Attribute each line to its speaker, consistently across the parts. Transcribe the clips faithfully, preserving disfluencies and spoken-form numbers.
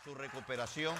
Speaker 1: su recuperación.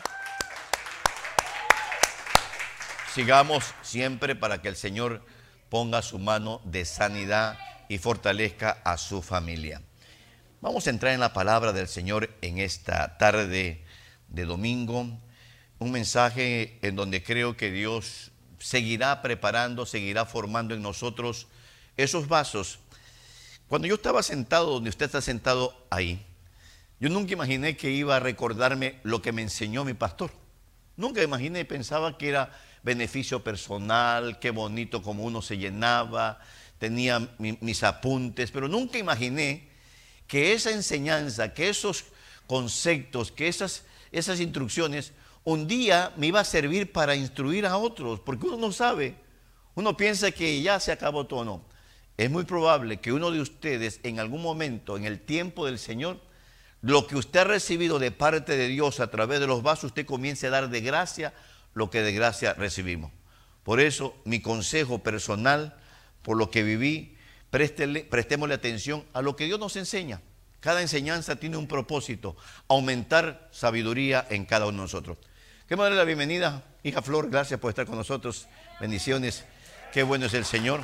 Speaker 1: Sigamos siempre para que el Señor ponga su mano de sanidad y fortalezca a su familia. Vamos a entrar en la palabra del Señor en esta tarde de domingo. Un mensaje en donde creo que Dios seguirá preparando, seguirá formando en nosotros esos vasos. Cuando yo estaba sentado donde usted está sentado ahí, yo nunca imaginé que iba a recordarme lo que me enseñó mi pastor. Nunca imaginé, pensaba que era beneficio personal, qué bonito como uno se llenaba, tenía mi, mis apuntes, pero nunca imaginé que esa enseñanza, que esos conceptos, que esas, esas instrucciones, un día me iba a servir para instruir a otros, porque uno no sabe, uno piensa que ya se acabó todo, no. Es muy probable que uno de ustedes en algún momento, en el tiempo del Señor, lo que usted ha recibido de parte de Dios a través de los vasos, usted comience a dar de gracia lo que de gracia recibimos. Por eso, mi consejo personal, por lo que viví, préstele, prestémosle atención a lo que Dios nos enseña. Cada enseñanza tiene un propósito, aumentar sabiduría en cada uno de nosotros. Queremos darle la bienvenida, hija Flor, gracias por estar con nosotros. Bendiciones, qué bueno es el Señor.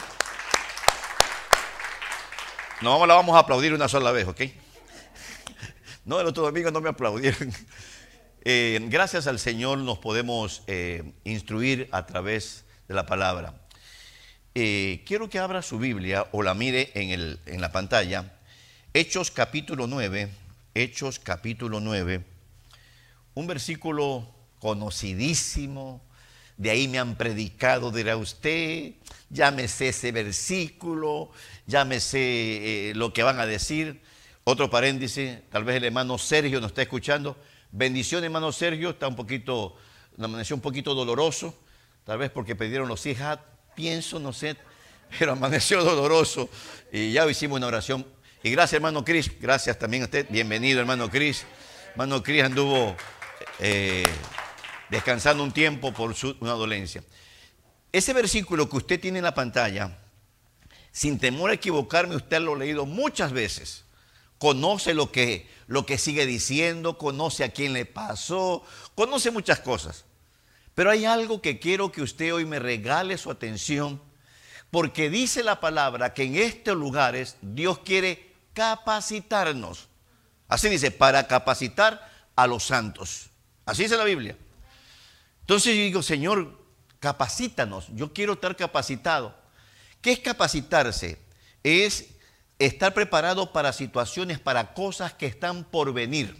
Speaker 1: No la vamos a aplaudir una sola vez, ¿ok? No, el otro domingo no me aplaudieron. Eh, gracias al Señor nos podemos eh, instruir a través de la palabra. Eh, quiero que abra su Biblia o la mire en, el, en la pantalla. Hechos capítulo nueve, Hechos capítulo nueve, un versículo conocidísimo. De ahí me han predicado, dirá usted, ya me sé ese versículo, ya me sé eh, lo que van a decir. Otro paréntesis, tal vez el hermano Sergio nos está escuchando. Bendición, hermano Sergio, está un poquito, amaneció un poquito doloroso, tal vez porque pidieron los hijas, pienso, no sé, pero amaneció doloroso y ya hicimos una oración. Y gracias, hermano Cris, gracias también a usted, bienvenido, hermano Cris. Hermano Cris anduvo eh, descansando un tiempo por su, una dolencia. Ese versículo que usted tiene en la pantalla, sin temor a equivocarme, usted lo ha leído muchas veces. Conoce lo que, lo que sigue diciendo, conoce a quién le pasó, conoce muchas cosas. Pero hay algo que quiero que usted hoy me regale su atención, porque dice la palabra que en estos lugares Dios quiere capacitarnos. Así dice, para capacitar a los santos. Así dice la Biblia. Entonces yo digo, Señor, capacítanos, yo quiero estar capacitado. ¿Qué es capacitarse? Es estar preparado para situaciones, para cosas que están por venir.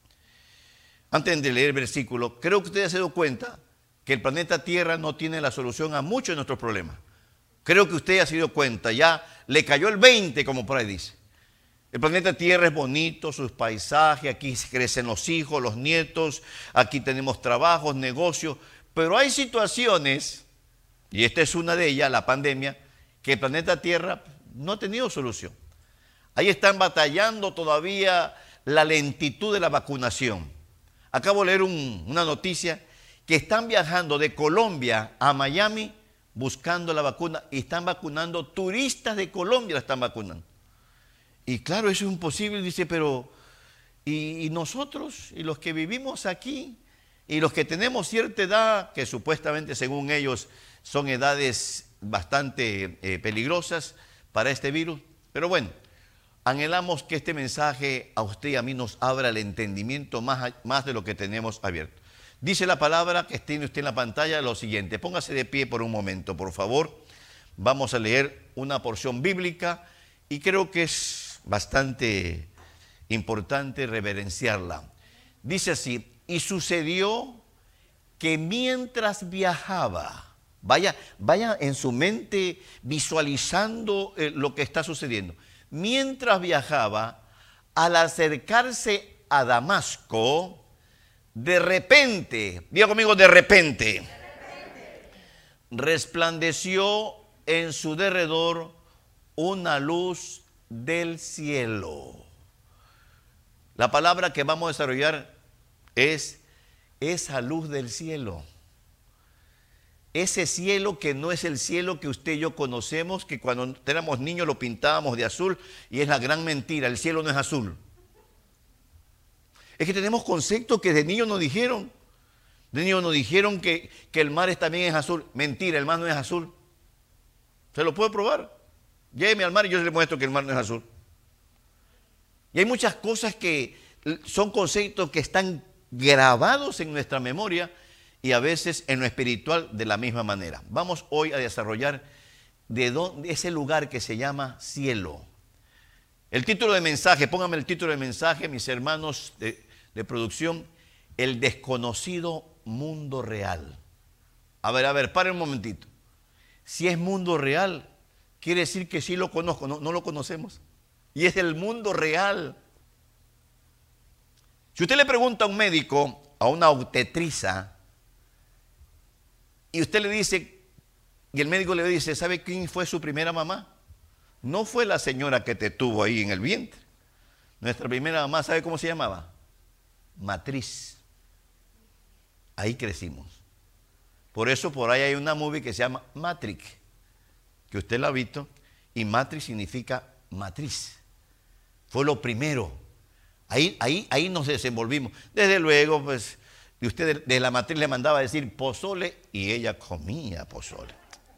Speaker 1: Antes de leer el versículo, creo que usted se ha dado cuenta que el planeta Tierra no tiene la solución a muchos de nuestros problemas. Creo que usted ya se dio cuenta, ya le cayó el veinte, como por ahí dice. El planeta Tierra es bonito, sus paisajes, aquí crecen los hijos, los nietos, aquí tenemos trabajos, negocios, pero hay situaciones, y esta es una de ellas, la pandemia, que el planeta Tierra no ha tenido solución. Ahí están batallando todavía la lentitud de la vacunación. Acabo de leer un, una noticia que están viajando de Colombia a Miami buscando la vacuna y están vacunando turistas de Colombia, la están vacunando. Y claro, eso es imposible, dice, pero ¿y, y nosotros? ¿Y los que vivimos aquí? ¿Y los que tenemos cierta edad, que supuestamente según ellos son edades bastante eh, peligrosas para este virus? Pero bueno, anhelamos que este mensaje a usted y a mí nos abra el entendimiento más, más de lo que tenemos abierto. Dice la palabra que tiene usted en la pantalla lo siguiente. Póngase de pie por un momento, por favor. Vamos a leer una porción bíblica y creo que es bastante importante reverenciarla. Dice así, y sucedió que mientras viajaba, vaya, vaya en su mente visualizando eh, lo que está sucediendo. Mientras viajaba, al acercarse a Damasco, de repente, diga conmigo, de repente, de repente, resplandeció en su derredor una luz del cielo. La palabra que vamos a desarrollar es esa luz del cielo. Ese cielo que no es el cielo que usted y yo conocemos, que cuando éramos niños lo pintábamos de azul, y es la gran mentira, el cielo no es azul. Es que tenemos conceptos que de niños nos dijeron. De niños nos dijeron que, que el mar también es azul. Mentira, el mar no es azul. Se lo puedo probar. Lléveme al mar y yo le muestro que el mar no es azul. Y hay muchas cosas que son conceptos que están grabados en nuestra memoria y a veces en lo espiritual de la misma manera. Vamos hoy a desarrollar de dónde, ese lugar que se llama cielo. El título de mensaje, póngame el título de mensaje, mis hermanos de, de producción, el desconocido mundo real. A ver, a ver, paren un momentito. Si es mundo real, quiere decir que sí lo conozco, no, no lo conocemos. Y es el mundo real. Si usted le pregunta a un médico, a una obstetriza, y usted le dice, y el médico le dice, ¿sabe quién fue su primera mamá? No fue la señora que te tuvo ahí en el vientre. Nuestra primera mamá, ¿sabe cómo se llamaba? Matriz. Ahí crecimos. Por eso por ahí hay una movie que se llama Matrix, que usted la ha visto, y Matrix significa matriz. Fue lo primero. Ahí, ahí, ahí nos desenvolvimos. Desde luego, pues, y usted de, de la matriz le mandaba a decir pozole y ella comía pozole.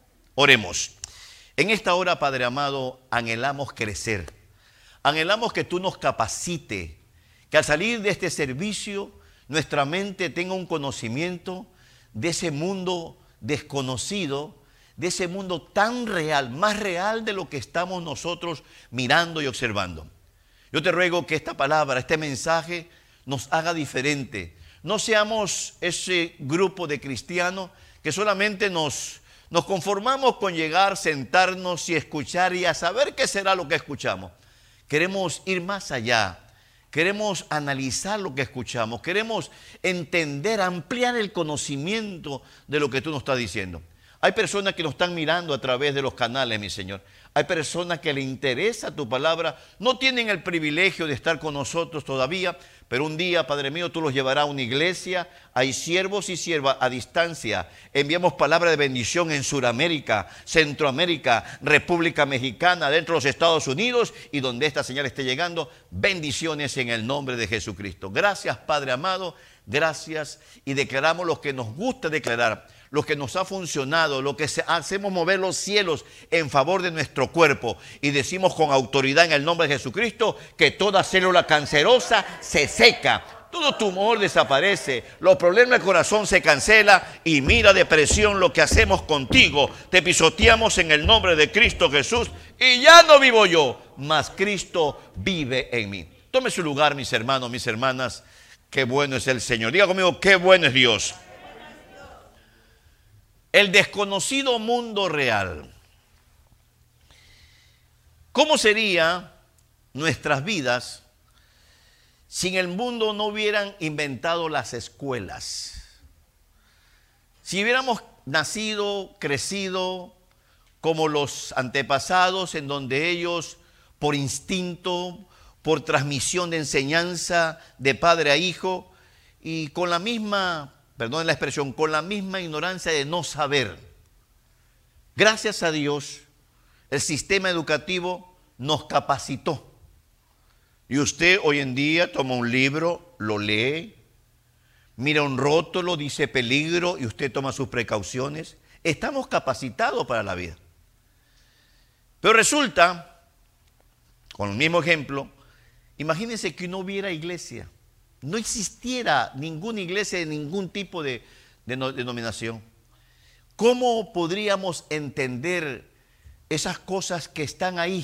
Speaker 1: Oremos. En esta hora, Padre amado, anhelamos crecer. Anhelamos que tú nos capacites, que al salir de este servicio, nuestra mente tenga un conocimiento de ese mundo desconocido, de ese mundo tan real, más real de lo que estamos nosotros mirando y observando. Yo te ruego que esta palabra, este mensaje, nos haga diferente. No seamos ese grupo de cristianos que solamente nos, nos conformamos con llegar, sentarnos y escuchar y a saber qué será lo que escuchamos. Queremos ir más allá. Queremos analizar lo que escuchamos. Queremos entender, ampliar el conocimiento de lo que tú nos estás diciendo. Hay personas que nos están mirando a través de los canales, mi Señor. Hay personas que les interesa tu palabra. No tienen el privilegio de estar con nosotros todavía, pero un día, Padre mío, tú los llevarás a una iglesia. Hay siervos y siervas a distancia. Enviamos palabra de bendición en Sudamérica, Centroamérica, República Mexicana, dentro de los Estados Unidos y donde esta señal esté llegando. Bendiciones en el nombre de Jesucristo. Gracias, Padre amado. Gracias. Y declaramos lo que nos gusta declarar, lo que nos ha funcionado, lo que hacemos mover los cielos en favor de nuestro cuerpo. Y decimos con autoridad en el nombre de Jesucristo que toda célula cancerosa se seca, todo tumor desaparece, los problemas del corazón se cancela y mira depresión lo que hacemos contigo. Te pisoteamos en el nombre de Cristo Jesús y ya no vivo yo, mas Cristo vive en mí. Tome su lugar, mis hermanos, mis hermanas. Qué bueno es el Señor. Diga conmigo, qué bueno es Dios. El desconocido mundo real. ¿Cómo sería nuestras vidas si en el mundo no hubieran inventado las escuelas? Si hubiéramos nacido, crecido como los antepasados, en donde ellos, por instinto, por transmisión de enseñanza de padre a hijo, y con la misma, perdón la expresión, con la misma ignorancia de no saber. Gracias a Dios, el sistema educativo nos capacitó. Y usted hoy en día toma un libro, lo lee, mira un rótulo, dice peligro, y usted toma sus precauciones. Estamos capacitados para la vida. Pero resulta, con el mismo ejemplo, imagínense que no hubiera iglesia, no existiera ninguna iglesia de ningún tipo de, de denominación. ¿Cómo podríamos entender esas cosas que están ahí?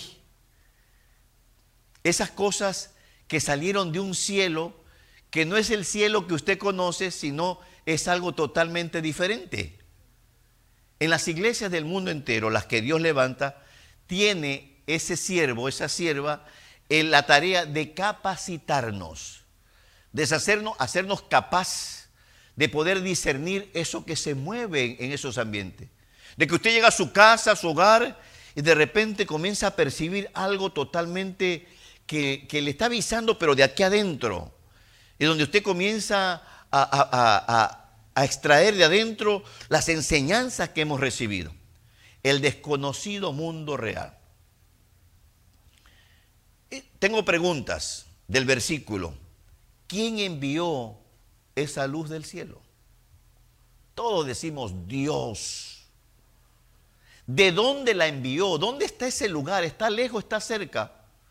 Speaker 1: Esas cosas que salieron de un cielo, que no es el cielo que usted conoce, sino es algo totalmente diferente. En las iglesias del mundo entero, las que Dios levanta, tiene ese siervo, esa sierva, en la tarea de capacitarnos, de hacernos, hacernos capaz de poder discernir eso que se mueve en esos ambientes. De que usted llega a su casa, a su hogar, y de repente comienza a percibir algo totalmente que, que le está avisando, pero de aquí adentro. Y donde usted comienza a, a, a, a, a extraer de adentro las enseñanzas que hemos recibido. El desconocido mundo real. Tengo preguntas del versículo. ¿quién envió esa luz del cielo? Todos decimos Dios. ¿De dónde la envió? ¿Dónde está ese lugar? ¿Está lejos? ¿Está cerca?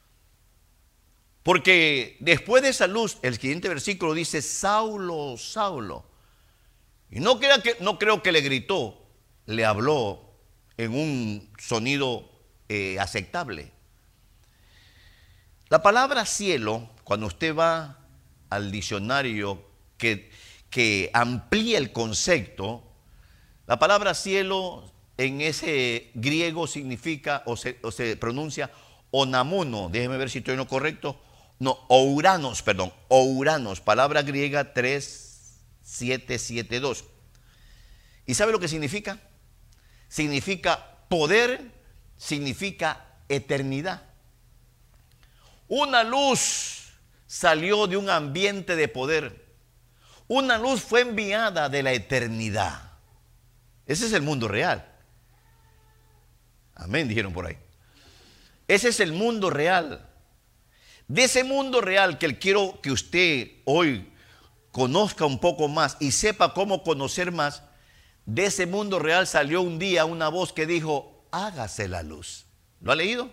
Speaker 1: Porque después de esa luz, el siguiente versículo dice, Saulo, Saulo. Y no, crea que, no creo que le gritó, le habló en un sonido eh, aceptable. La palabra cielo, cuando usted va al diccionario que, que amplía el concepto, la palabra cielo en ese griego significa o se, o se pronuncia onamuno. Déjeme ver si estoy en lo correcto. No, ouranos, perdón, ouranos, palabra griega tres siete siete dos. ¿Y sabe lo que significa? Significa poder, significa eternidad. Una luz salió de un ambiente de poder. Una luz fue enviada de la eternidad. Ese es el mundo real. Amén, dijeron por ahí. Ese es el mundo real. De ese mundo real que quiero que usted hoy conozca un poco más y sepa cómo conocer más, de ese mundo real salió un día una voz que dijo, hágase la luz. ¿Lo ha leído?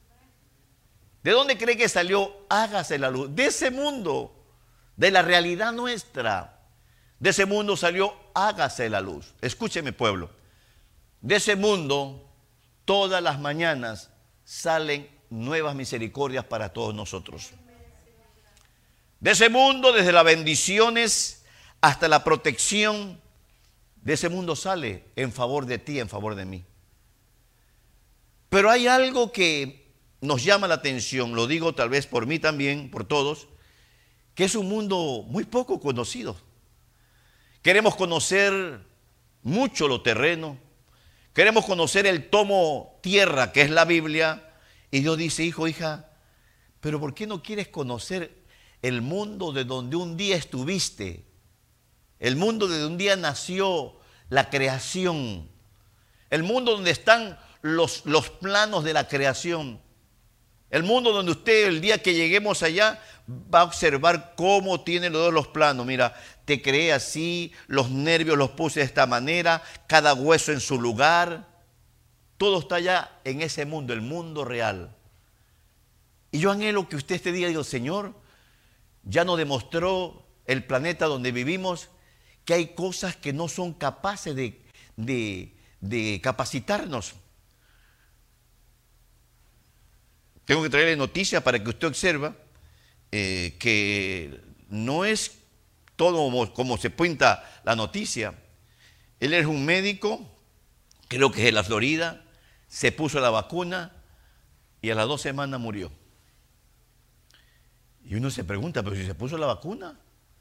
Speaker 1: ¿De dónde cree que salió hágase la luz? De ese mundo, de la realidad nuestra. De ese mundo salió hágase la luz. Escúcheme, pueblo. De ese mundo, todas las mañanas salen nuevas misericordias para todos nosotros. De ese mundo, desde las bendiciones hasta la protección, de ese mundo sale en favor de ti, en favor de mí. Pero hay algo que nos llama la atención, lo digo tal vez por mí también, por todos, que es un mundo muy poco conocido. Queremos conocer mucho lo terreno, queremos conocer el tomo tierra que es la Biblia, y Dios dice, hijo, hija, pero ¿por qué no quieres conocer el mundo de donde un día estuviste? El mundo de donde un día nació la creación. El mundo donde están los, los planos de la creación. El mundo donde usted el día que lleguemos allá va a observar cómo tiene todos los planos. Mira, te creé así, los nervios los puse de esta manera, cada hueso en su lugar. Todo está allá en ese mundo, el mundo real. Y yo anhelo que usted este día diga, Señor, ya nos demostró el planeta donde vivimos que hay cosas que no son capaces de, de, de capacitarnos. Tengo que traerle noticias para que usted observe eh, que no es todo como, como se pinta la noticia. Él es un médico, creo que es de la Florida, se puso la vacuna y a las dos semanas murió. Y uno se pregunta, pero si se puso la vacuna.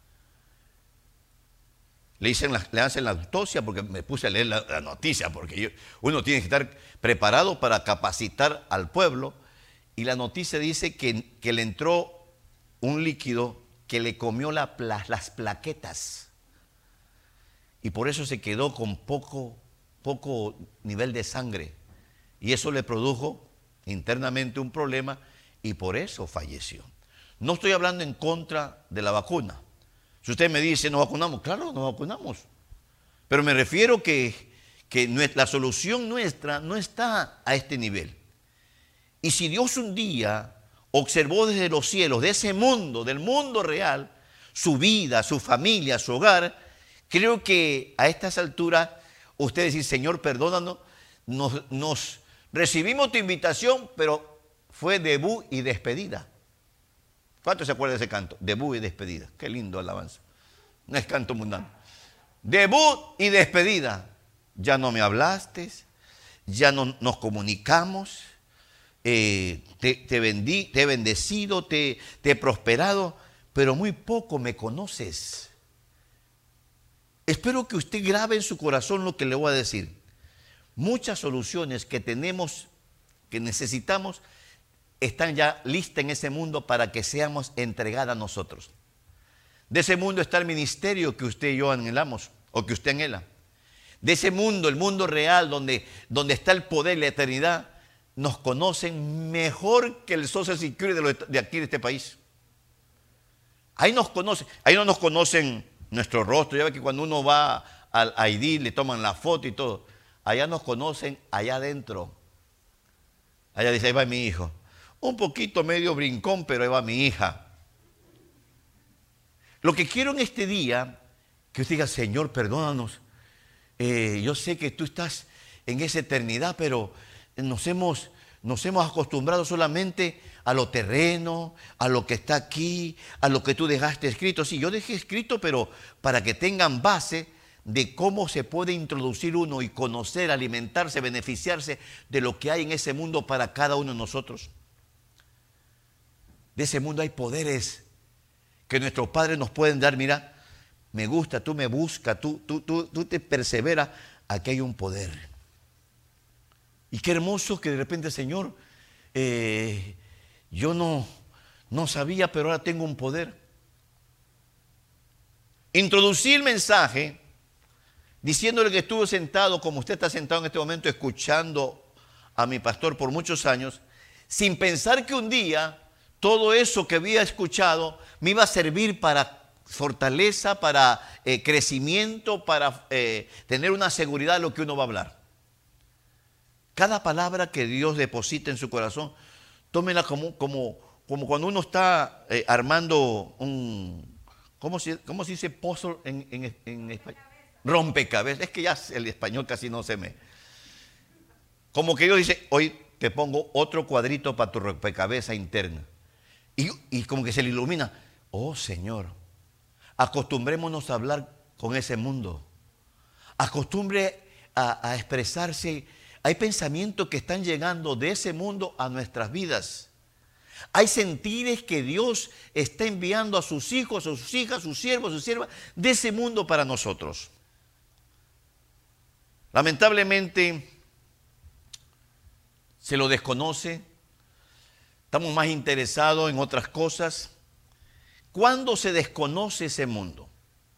Speaker 1: Le, dicen la, le hacen la autopsia porque me puse a leer la, la noticia, porque yo, uno tiene que estar preparado para capacitar al pueblo. Y la noticia dice que, que le entró un líquido que le comió la, las plaquetas. Y por eso se quedó con poco, poco nivel de sangre. Y eso le produjo internamente un problema y por eso falleció. No estoy hablando en contra de la vacuna. Si usted me dice, ¿nos vacunamos? Claro, nos vacunamos. Pero me refiero que, que la solución nuestra no está a este nivel. Y si Dios un día observó desde los cielos, de ese mundo, del mundo real, su vida, su familia, su hogar, creo que a estas alturas usted dice, Señor, perdónanos, nos, nos recibimos tu invitación, pero fue debut y despedida. ¿Cuántos se acuerdan de ese canto? Debut y despedida. Qué lindo alabanza. No es canto mundano. Debut y despedida. Ya no me hablaste, ya no nos comunicamos. Eh, te, te, bendí, te he bendecido, te, te he prosperado, pero muy poco me conoces. Espero que usted grabe en su corazón lo que le voy a decir. Muchas soluciones que tenemos, que necesitamos, están ya listas en ese mundo para que seamos entregadas a nosotros. De ese mundo está el ministerio que usted y yo anhelamos, o que usted anhela. De ese mundo, el mundo real, donde, donde está el poder y la eternidad, nos conocen mejor que el Social Security de, los, de aquí de este país. Ahí nos conocen, ahí no nos conocen nuestro rostro. Ya ve que cuando uno va al I D le toman la foto y todo. Allá nos conocen, allá adentro. Allá dice, ahí va mi hijo. Un poquito medio brincón, pero ahí va mi hija. Lo que quiero en este día, que usted diga, Señor, perdónanos. Eh, yo sé que tú estás en esa eternidad, pero nos hemos, nos hemos acostumbrado solamente a lo terreno, a lo que está aquí, a lo que tú dejaste escrito. Sí, yo dejé escrito, pero para que tengan base de cómo se puede introducir uno y conocer, alimentarse, beneficiarse de lo que hay en ese mundo para cada uno de nosotros. De ese mundo hay poderes que nuestros padres nos pueden dar. Mira, me gusta, tú me buscas, tú, tú, tú, tú te perseveras, aquí hay un poder. Y qué hermoso que de repente, Señor, eh, yo no, no sabía, pero ahora tengo un poder. Introducí el mensaje diciéndole que estuve sentado, como usted está sentado en este momento, escuchando a mi pastor por muchos años, sin pensar que un día todo eso que había escuchado me iba a servir para fortaleza, para eh, crecimiento, para eh, tener una seguridad de lo que uno va a hablar. Cada palabra que Dios deposita en su corazón, tómela como, como, como cuando uno está eh, armando un, ¿cómo se, cómo se dice puzzle en, en, en español? Rompecabezas. Es que ya el español casi no se me... Como que Dios dice, hoy te pongo otro cuadrito para tu rompecabezas interna. Y, y como que se le ilumina. Oh, Señor, acostumbrémonos a hablar con ese mundo. Acostumbre a, a expresarse. Hay pensamientos que están llegando de ese mundo a nuestras vidas. Hay sentires que Dios está enviando a sus hijos, a sus hijas, a sus siervos, a sus siervas, de ese mundo para nosotros. Lamentablemente, se lo desconoce. Estamos más interesados en otras cosas. ¿Cuándo se desconoce ese mundo?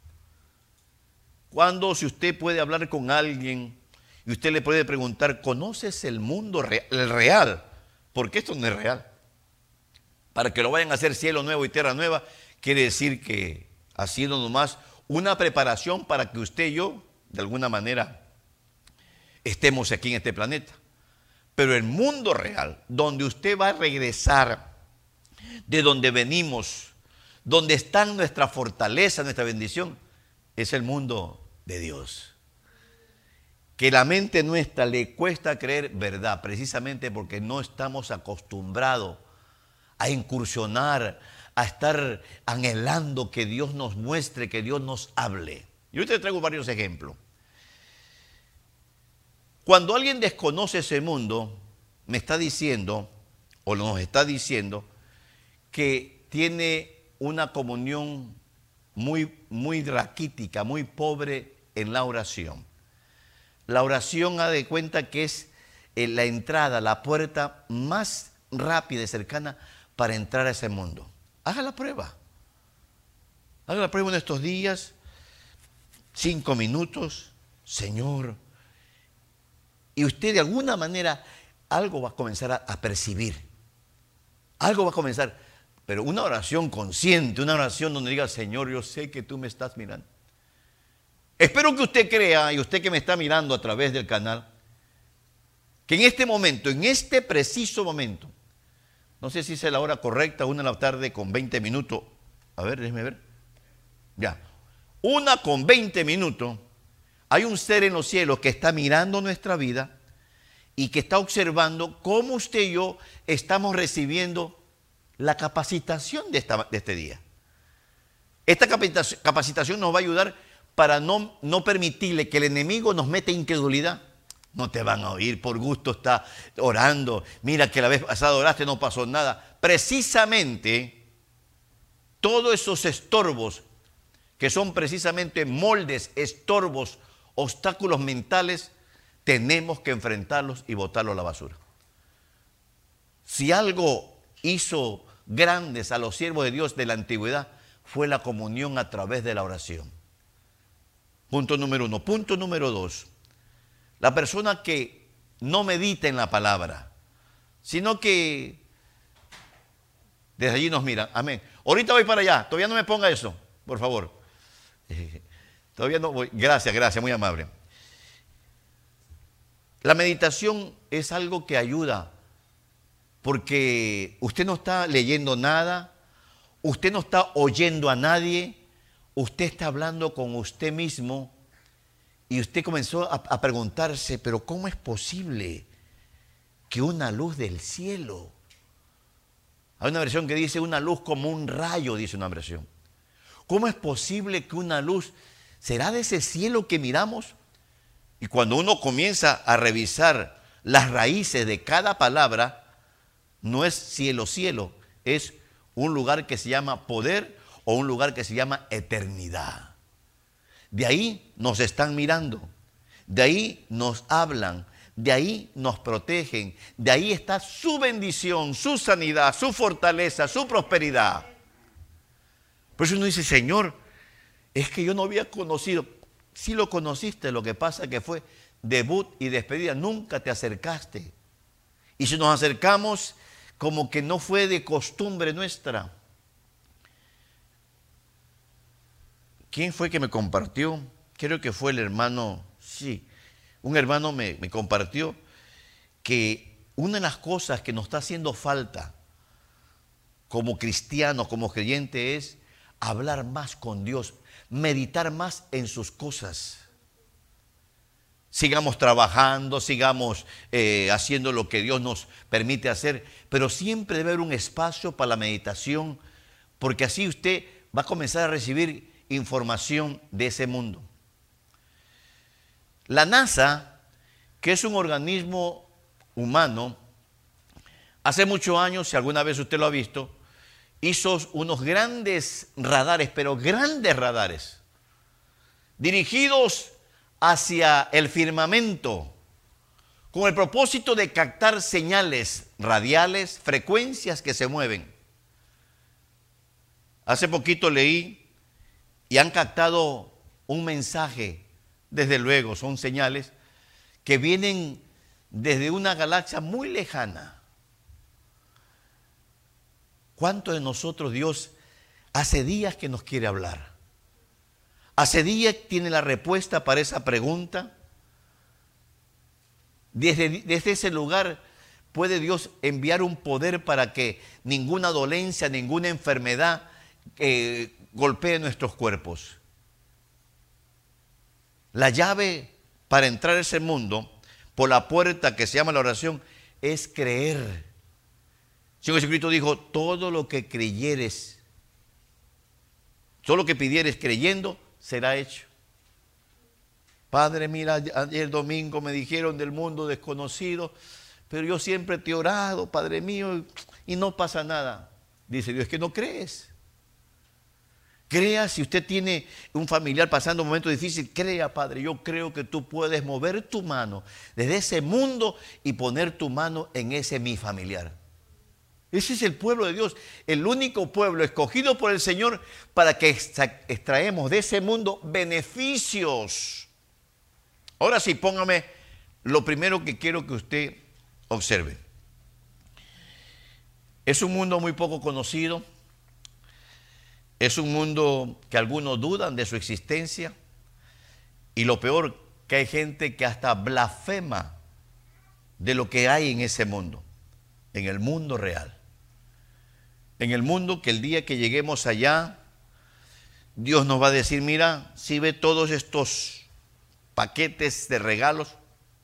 Speaker 1: Cuando, si usted puede hablar con alguien y usted le puede preguntar, ¿conoces el mundo real? El real? Porque esto no es real. Para que lo vayan a hacer cielo nuevo y tierra nueva, quiere decir que ha sido nomás una preparación para que usted y yo, de alguna manera, estemos aquí en este planeta. Pero el mundo real, donde usted va a regresar de donde venimos, donde está nuestra fortaleza, nuestra bendición, es el mundo de Dios. Que la mente nuestra le cuesta creer verdad, precisamente porque no estamos acostumbrados a incursionar, a estar anhelando que Dios nos muestre, que Dios nos hable. Y ahorita le traigo varios ejemplos. Cuando alguien desconoce ese mundo, me está diciendo, o nos está diciendo, que tiene una comunión muy, muy raquítica, muy pobre en la oración. La oración, ha de cuenta que es eh, la entrada, la puerta más rápida y cercana para entrar a ese mundo. Haga la prueba. Haga la prueba en estos días, cinco minutos, Señor. Y usted de alguna manera algo va a comenzar a, a percibir. Algo va a comenzar. Pero una oración consciente, una oración donde diga, Señor, yo sé que tú me estás mirando. Espero que usted crea, y usted que me está mirando a través del canal, que en este momento, en este preciso momento, no sé si es la hora correcta, una de la tarde con veinte minutos. A ver, déjeme ver. Ya. Una con veinte minutos. Hay un ser en los cielos que está mirando nuestra vida y que está observando cómo usted y yo estamos recibiendo la capacitación de, esta, de este día. Esta capacitación nos va a ayudar para no, no permitirle que el enemigo nos meta incredulidad. No te van a oír, por gusto está orando. Mira que la vez pasada oraste, no pasó nada. Precisamente, todos esos estorbos, que son precisamente moldes, estorbos, obstáculos mentales, tenemos que enfrentarlos y botarlos a la basura. Si algo hizo grandes a los siervos de Dios de la antigüedad, fue la comunión a través de la oración. Punto número uno. Punto número dos. La persona que no medita en la palabra, sino que desde allí nos mira. Amén. Ahorita voy para allá. Todavía no me ponga eso, por favor. Eh, todavía no voy. Gracias, gracias, muy amable. La meditación es algo que ayuda, porque usted no está leyendo nada, usted no está oyendo a nadie, usted está hablando con usted mismo y usted comenzó a, a preguntarse, pero ¿cómo es posible que una luz del cielo? Hay una versión que dice una luz como un rayo, dice una versión. ¿Cómo es posible que una luz será de ese cielo que miramos? Y cuando uno comienza a revisar las raíces de cada palabra, no es cielo, cielo, es un lugar que se llama poder o un lugar que se llama eternidad. De ahí nos están mirando, de ahí nos hablan, de ahí nos protegen, de ahí está su bendición, su sanidad, su fortaleza, su prosperidad. Por eso uno dice, Señor, es que yo no había conocido. Sí lo conociste, lo que pasa que fue debut y despedida, nunca te acercaste. Y si nos acercamos, como que no fue de costumbre nuestra. ¿Quién fue que me compartió? Creo que fue el hermano, sí, un hermano me, me compartió que una de las cosas que nos está haciendo falta como cristianos, como creyentes, es hablar más con Dios, meditar más en sus cosas. Sigamos trabajando, sigamos eh, haciendo lo que Dios nos permite hacer, pero siempre debe haber un espacio para la meditación, porque así usted va a comenzar a recibir información de ese mundo. La NASA, que es un organismo humano, hace muchos años, si alguna vez usted lo ha visto, hizo unos grandes radares, pero grandes radares, dirigidos hacia el firmamento, con el propósito de captar señales radiales, frecuencias que se mueven. Hace poquito leí y han captado un mensaje, desde luego, son señales que vienen desde una galaxia muy lejana. ¿Cuánto de nosotros Dios hace días que nos quiere hablar? Hace días tiene la respuesta para esa pregunta. Desde, desde ese lugar puede Dios enviar un poder para que ninguna dolencia, ninguna enfermedad eh, golpee nuestros cuerpos. La llave para entrar a ese mundo, por la puerta que se llama la oración, es creer. El Señor Jesucristo dijo, todo lo que creyeres, todo lo que pidieres creyendo, será hecho. Padre, mira, ayer domingo me dijeron del mundo desconocido, pero yo siempre te he orado, Padre mío, y no pasa nada. Dice Dios, es que no crees. Crea, si usted tiene un familiar pasando un momento difícil, crea, Padre, yo creo que tú puedes mover tu mano desde ese mundo y poner tu mano en ese mi familiar. Ese es el pueblo de Dios, el único pueblo escogido por el Señor para que extraemos de ese mundo beneficios. Ahora sí, póngame lo primero que quiero que usted observe. Es un mundo muy poco conocido. Es un mundo que algunos dudan de su existencia. Y lo peor, que hay gente que hasta blasfema de lo que hay en ese mundo, en el mundo real. En el mundo que el día que lleguemos allá, Dios nos va a decir, mira, si ve todos estos paquetes de regalos,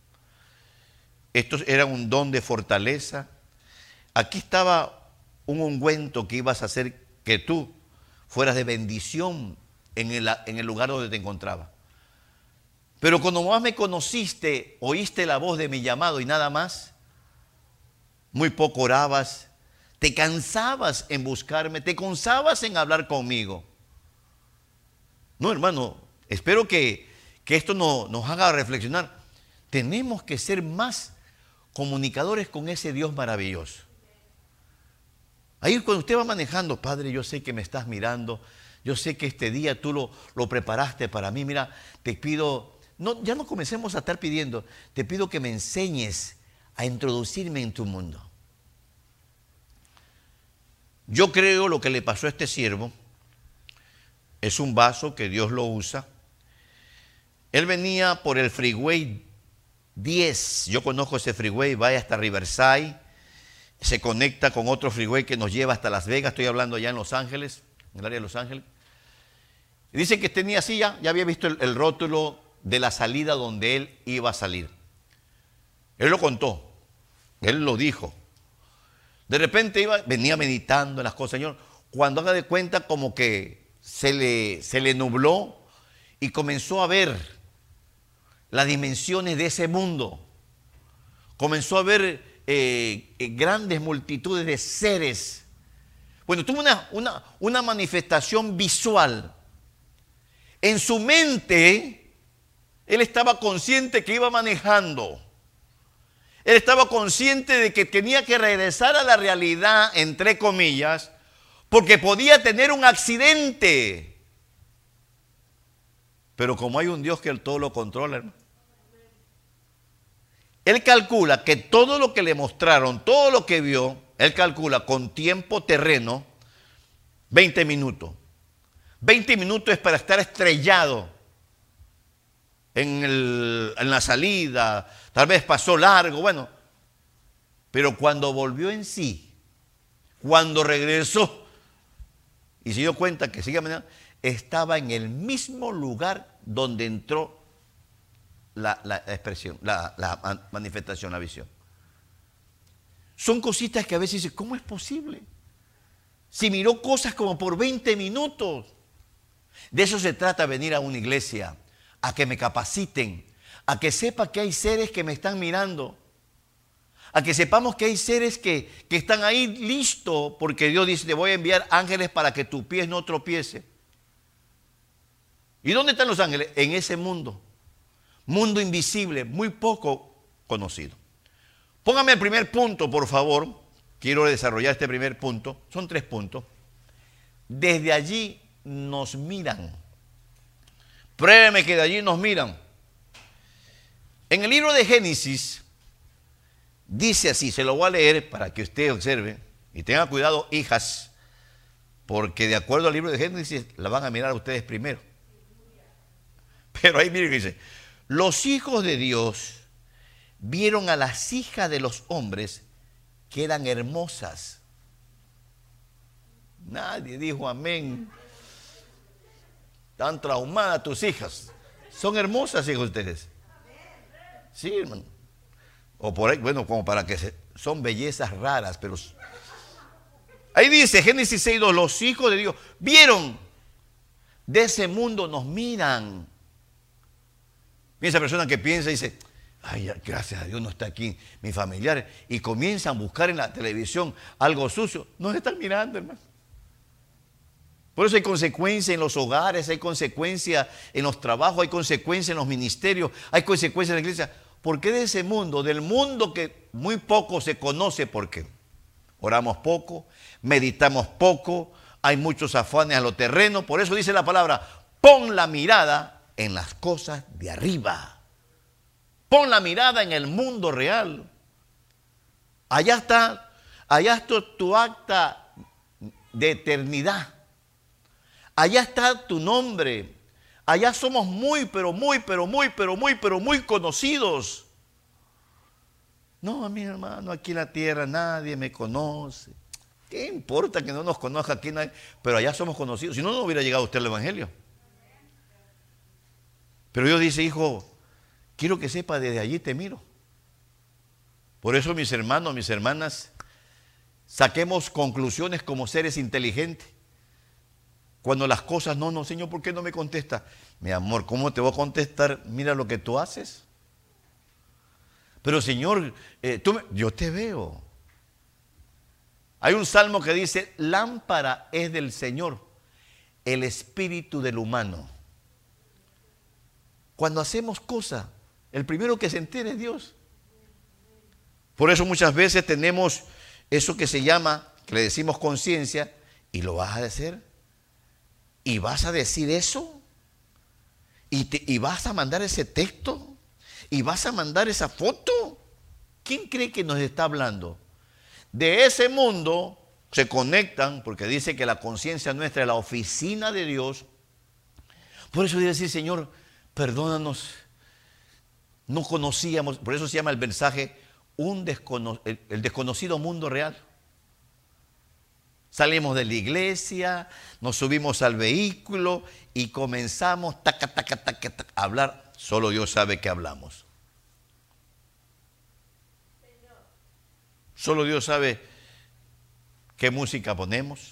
Speaker 1: estos eran un don de fortaleza. Aquí estaba un ungüento que ibas a hacer que tú fueras de bendición en el, en el lugar donde te encontraba. Pero cuando más me conociste, oíste la voz de mi llamado y nada más, muy poco orabas, te cansabas en buscarme, te cansabas en hablar conmigo. No, hermano, espero que, que esto no, nos haga reflexionar. Tenemos que ser más comunicadores con ese Dios maravilloso. Ahí cuando usted va manejando, Padre, yo sé que me estás mirando, yo sé que este día tú lo, lo preparaste para mí, mira, te pido, no, ya no comencemos a estar pidiendo, te pido que me enseñes a introducirme en tu mundo. Yo creo lo que le pasó a este siervo es un vaso que Dios lo usa. Él venía por el Freeway diez. Yo conozco ese freeway, va hasta Riverside. Se conecta con otro freeway que nos lleva hasta Las Vegas. Estoy hablando allá en Los Ángeles, en el área de Los Ángeles. Y dice que tenía así ya, ya había visto el, el rótulo de la salida donde él iba a salir. Él lo contó, él lo dijo. De repente iba, venía meditando en las cosas, Señor. Cuando haga de cuenta como que se le, se le nubló y comenzó a ver las dimensiones de ese mundo. Comenzó a ver eh, eh, grandes multitudes de seres. Bueno, tuvo una, una, una manifestación visual. En su mente, él estaba consciente que iba manejando. Él estaba consciente de que tenía que regresar a la realidad, entre comillas, porque podía tener un accidente. Pero como hay un Dios que el todo lo controla, hermano. Él calcula que todo lo que le mostraron, todo lo que vio, él calcula con tiempo terreno, veinte minutos. veinte minutos es para estar estrellado en, el, en la salida, tal vez pasó largo, bueno. Pero cuando volvió en sí, cuando regresó y se dio cuenta que sigue manejando, estaba en el mismo lugar donde entró la, la expresión, la, la manifestación, la visión. Son cositas que a veces dicen, ¿cómo es posible? Si miró cosas como por veinte minutos. De eso se trata venir a una iglesia, a que me capaciten, a que sepa que hay seres que me están mirando, a que sepamos que hay seres que, que están ahí listos, porque Dios dice, te voy a enviar ángeles para que tu pie no tropiece. ¿Y dónde están los ángeles? En ese mundo, mundo invisible, muy poco conocido. Póngame el primer punto, por favor. Quiero desarrollar este primer punto. Son tres puntos. Desde allí nos miran. Pruébeme que de allí nos miran. En el libro de Génesis dice así, se lo voy a leer para que usted observe y tenga cuidado, hijas, porque de acuerdo al libro de Génesis la van a mirar a ustedes primero. Pero ahí miren que dice, los hijos de Dios vieron a las hijas de los hombres que eran hermosas. Nadie dijo amén. Están traumadas tus hijas. Son hermosas, hijos de ustedes. Sí, hermano. O por ahí, bueno, como para que se, son bellezas raras, pero ahí dice Génesis seis dos, los hijos de Dios vieron, de ese mundo nos miran. Y esa persona que piensa y dice, ay, gracias a Dios no está aquí mi familiar, y comienzan a buscar en la televisión algo sucio, nos están mirando, hermano. Por eso hay consecuencias en los hogares, hay consecuencias en los trabajos, hay consecuencias en los ministerios, hay consecuencias en la iglesia. ¿Por qué de ese mundo? Del mundo que muy poco se conoce, porque oramos poco, meditamos poco, hay muchos afanes a lo terreno. Por eso dice la palabra, pon la mirada en las cosas de arriba. Pon la mirada en el mundo real. Allá está, allá está tu acta de eternidad. Allá está tu nombre. Allá somos muy, pero muy, pero muy, pero muy, pero muy conocidos. No, mi hermano, aquí en la tierra nadie me conoce. ¿Qué importa que no nos conozca aquí nadie? Pero allá somos conocidos. Si no, no hubiera llegado a usted el evangelio. Pero Dios dice, hijo, quiero que sepa, desde allí te miro. Por eso, mis hermanos, mis hermanas, saquemos conclusiones como seres inteligentes. Cuando las cosas, no, no, Señor, ¿por qué no me contesta? Mi amor, ¿cómo te voy a contestar? Mira lo que tú haces. Pero Señor, eh, tú me, yo te veo. Hay un salmo que dice, lámpara es del Señor, el espíritu del humano. Cuando hacemos cosas, el primero que se entera es Dios. Por eso muchas veces tenemos eso que se llama, que le decimos conciencia, y lo vas a hacer. ¿Y vas a decir eso? ¿Y, te, ¿Y vas a mandar ese texto? ¿Y vas a mandar esa foto? ¿Quién cree que nos está hablando? De ese mundo se conectan, porque dice que la conciencia nuestra es la oficina de Dios. Por eso debe decir, Señor, perdónanos, no conocíamos, por eso se llama el mensaje un descono, el, el desconocido mundo real. Salimos de la iglesia, nos subimos al vehículo y comenzamos taca, taca, taca, taca, a hablar. Solo Dios sabe que hablamos. Solo Dios sabe qué música ponemos.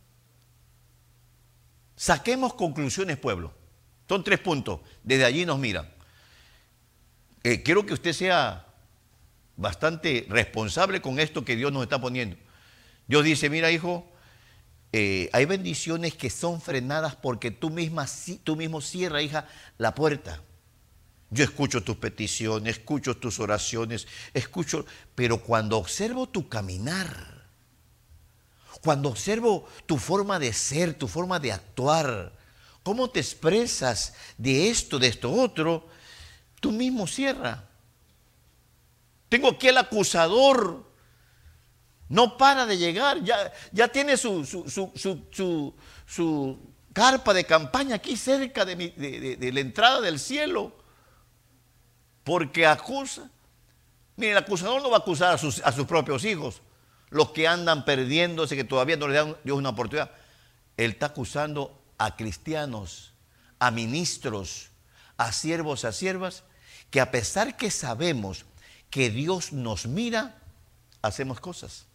Speaker 1: Saquemos conclusiones, pueblo. Son tres puntos. Desde allí nos miran. Eh, quiero que usted sea bastante responsable con esto que Dios nos está poniendo. Dios dice, mira, hijo, eh, hay bendiciones que son frenadas porque tú misma, tú mismo cierra, hija, la puerta. Yo escucho tus peticiones, escucho tus oraciones, escucho, pero cuando observo tu caminar, cuando observo tu forma de ser, tu forma de actuar, cómo te expresas de esto, de esto otro, tú mismo cierra. Tengo aquí el acusador, no para de llegar, ya, ya tiene su, su, su, su, su, su carpa de campaña aquí cerca de, mi, de, de, de la entrada del cielo. Porque acusa. Mire, el acusador no va a acusar a sus, a sus propios hijos, los que andan perdiéndose, que todavía no le dan Dios una oportunidad. Él está acusando a cristianos, a ministros, a siervos, a siervas, que a pesar que sabemos que Dios nos mira, hacemos cosas.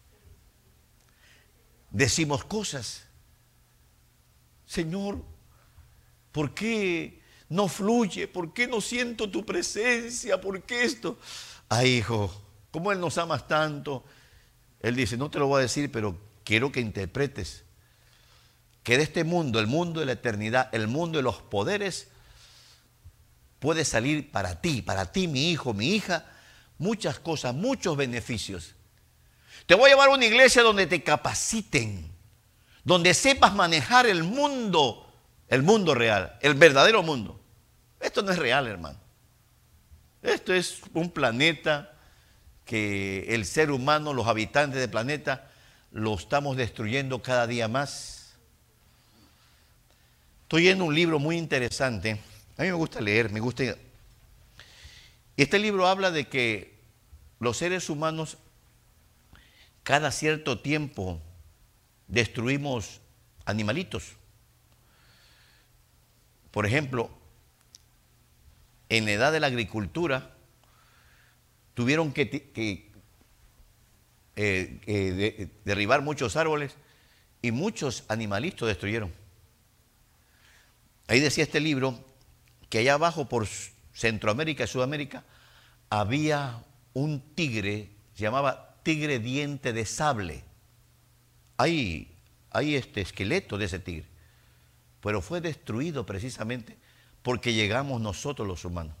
Speaker 1: Decimos cosas. Señor, ¿por qué no fluye? ¿Por qué no siento tu presencia? ¿Por qué esto? Ay, hijo, ¿cómo Él nos amas tanto? Él dice, no te lo voy a decir, pero quiero que interpretes que de este mundo, el mundo de la eternidad, el mundo de los poderes, puede salir para ti, para ti, mi hijo, mi hija, muchas cosas, muchos beneficios. Te voy a llevar a una iglesia donde te capaciten, donde sepas manejar el mundo, el mundo real, el verdadero mundo. Esto no es real, hermano. Esto es un planeta que el ser humano, los habitantes del planeta, lo estamos destruyendo cada día más. Estoy en un libro muy interesante. A mí me gusta leer, me gusta. Este libro habla de que los seres humanos cada cierto tiempo destruimos animalitos. Por ejemplo, en la edad de la agricultura tuvieron que, que eh, eh, de, derribar muchos árboles y muchos animalitos destruyeron. Ahí decía este libro que allá abajo por Centroamérica y Sudamérica había un tigre, se llamaba tigre diente de sable. Hay, hay este esqueleto de ese tigre, pero fue destruido precisamente porque llegamos nosotros los humanos.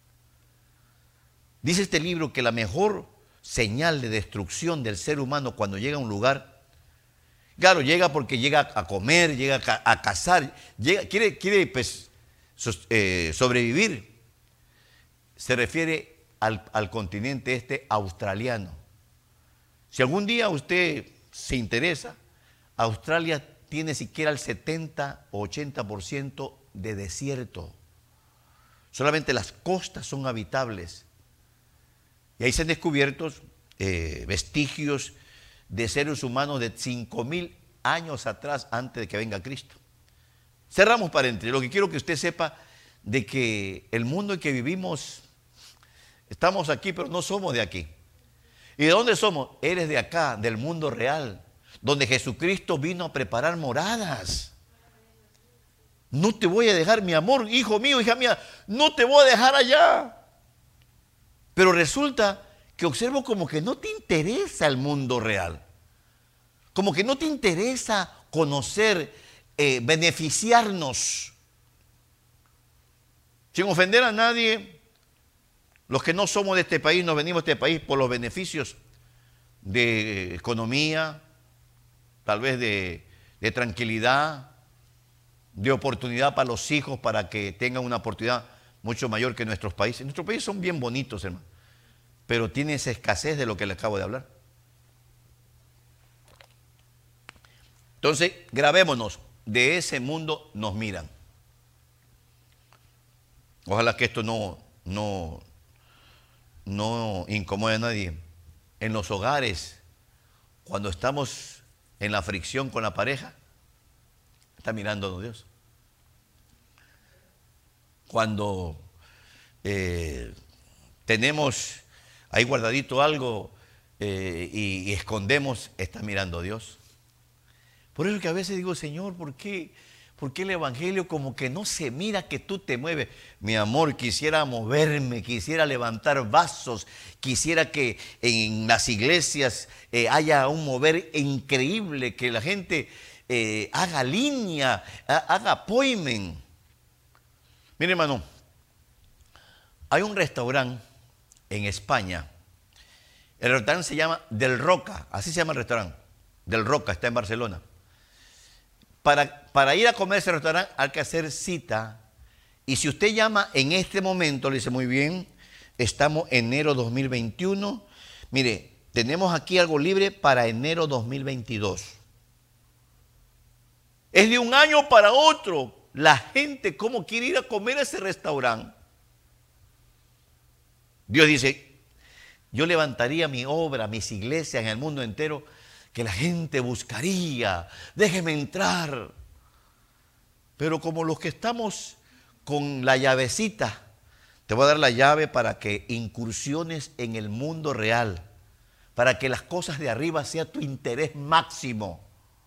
Speaker 1: Dice este libro que la mejor señal de destrucción del ser humano cuando llega a un lugar, claro, llega porque llega a comer, llega a cazar, llega, quiere, quiere pues, eh, sobrevivir, se refiere al, al continente este australiano. Si algún día usted se interesa, Australia tiene siquiera el setenta o ochenta por ciento de desierto. Solamente las costas son habitables. Y ahí se han descubierto eh, vestigios de seres humanos de cinco mil años atrás, antes de que venga Cristo. Cerramos paréntesis. Lo que quiero que usted sepa de que el mundo en que vivimos, estamos aquí, pero no somos de aquí. ¿Y de dónde somos? Eres de acá, del mundo real, donde Jesucristo vino a preparar moradas. No te voy a dejar, mi amor, hijo mío, hija mía, no te voy a dejar allá. Pero resulta que observo como que no te interesa el mundo real. Como que no te interesa conocer, eh, beneficiarnos. Sin ofender a nadie, los que no somos de este país, nos venimos de este país por los beneficios de economía, tal vez de, de tranquilidad, de oportunidad para los hijos, para que tengan una oportunidad mucho mayor que nuestros países. Nuestros países son bien bonitos, hermano, pero tiene esa escasez de lo que les acabo de hablar. Entonces, grabémonos, de ese mundo nos miran. Ojalá que esto no, no, no incomode a nadie. En los hogares, cuando estamos en la fricción con la pareja, está mirándonos Dios. Cuando eh, tenemos ahí guardadito algo eh, y, y escondemos, está mirando Dios. Por eso que a veces digo, Señor, ¿por qué, ¿por qué el Evangelio como que no se mira que tú te mueves? Mi amor, quisiera moverme, quisiera levantar vasos, quisiera que en las iglesias eh, haya un mover increíble, que la gente eh, haga línea, haga appointment. Mire, hermano, hay un restaurante en España. El restaurante se llama Del Roca, así se llama el restaurante. Del Roca, está en Barcelona. Para, para ir a comer a ese restaurante hay que hacer cita. Y si usted llama en este momento, le dice, muy bien, estamos en enero dos mil veintiuno. Mire, tenemos aquí algo libre para enero dos mil veintidós. Es de un año para otro. La gente, ¿cómo quiere ir a comer a ese restaurante? Dios dice, yo levantaría mi obra, mis iglesias en el mundo entero, que la gente buscaría, déjeme entrar. Pero como los que estamos con la llavecita, te voy a dar la llave para que incursiones en el mundo real, para que las cosas de arriba sea tu interés máximo.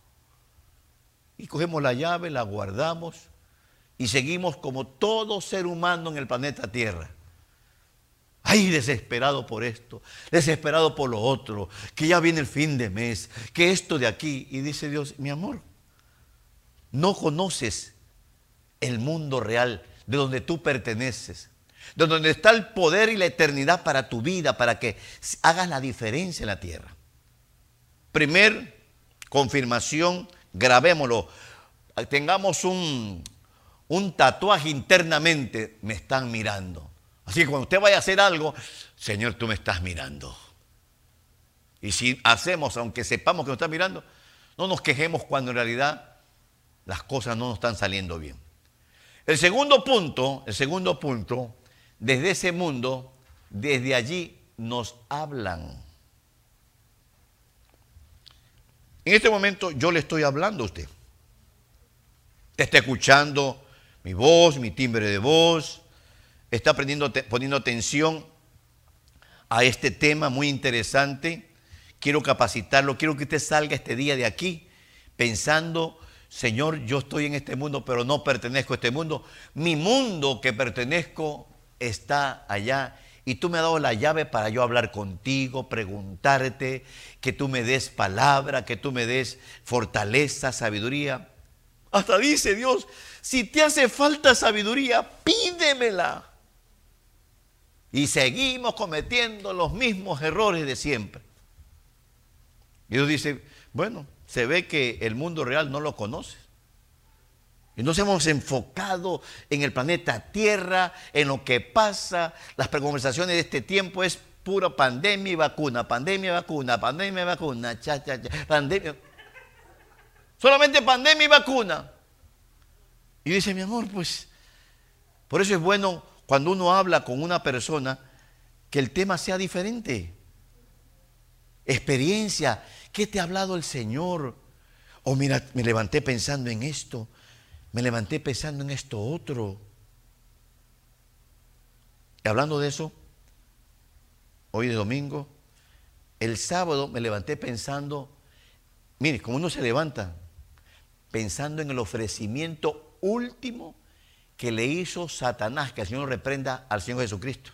Speaker 1: Y cogemos la llave, la guardamos y seguimos como todo ser humano en el planeta Tierra. Ay, desesperado por esto, desesperado por lo otro, que ya viene el fin de mes, que esto de aquí. Y dice Dios, mi amor, no conoces el mundo real de donde tú perteneces, de donde está el poder y la eternidad para tu vida, para que hagas la diferencia en la tierra. Primer confirmación, grabémoslo, tengamos un, un tatuaje internamente, me están mirando. Así que cuando usted vaya a hacer algo, Señor, tú me estás mirando. Y si hacemos, aunque sepamos que nos están mirando, no nos quejemos cuando en realidad las cosas no nos están saliendo bien. El segundo punto, el segundo punto, desde ese mundo, desde allí nos hablan. En este momento yo le estoy hablando a usted. Te está escuchando mi voz, mi timbre de voz. Está poniendo, poniendo atención a este tema muy interesante. Quiero capacitarlo, quiero que usted salga este día de aquí pensando, Señor, yo estoy en este mundo, pero no pertenezco a este mundo. Mi mundo que pertenezco está allá y tú me has dado la llave para yo hablar contigo, preguntarte, que tú me des palabra, que tú me des fortaleza, sabiduría. Hasta dice Dios, si te hace falta sabiduría, pídemela. Y seguimos cometiendo los mismos errores de siempre. Y Dios dice, bueno, se ve que el mundo real no lo conoces. Y nos hemos enfocado en el planeta Tierra, en lo que pasa. Las conversaciones de este tiempo es pura pandemia y vacuna, pandemia y vacuna, pandemia y vacuna, cha, cha, cha, pandemia. Solamente pandemia y vacuna. Y dice, mi amor, pues, por eso es bueno cuando uno habla con una persona que el tema sea diferente. Experiencia, ¿qué te ha hablado el Señor? O mira, me levanté pensando en esto, me levanté pensando en esto otro. Y hablando de eso, hoy es domingo, el sábado me levanté pensando, mire, como uno se levanta, pensando en el ofrecimiento último que le hizo Satanás, que el Señor reprenda al Señor Jesucristo.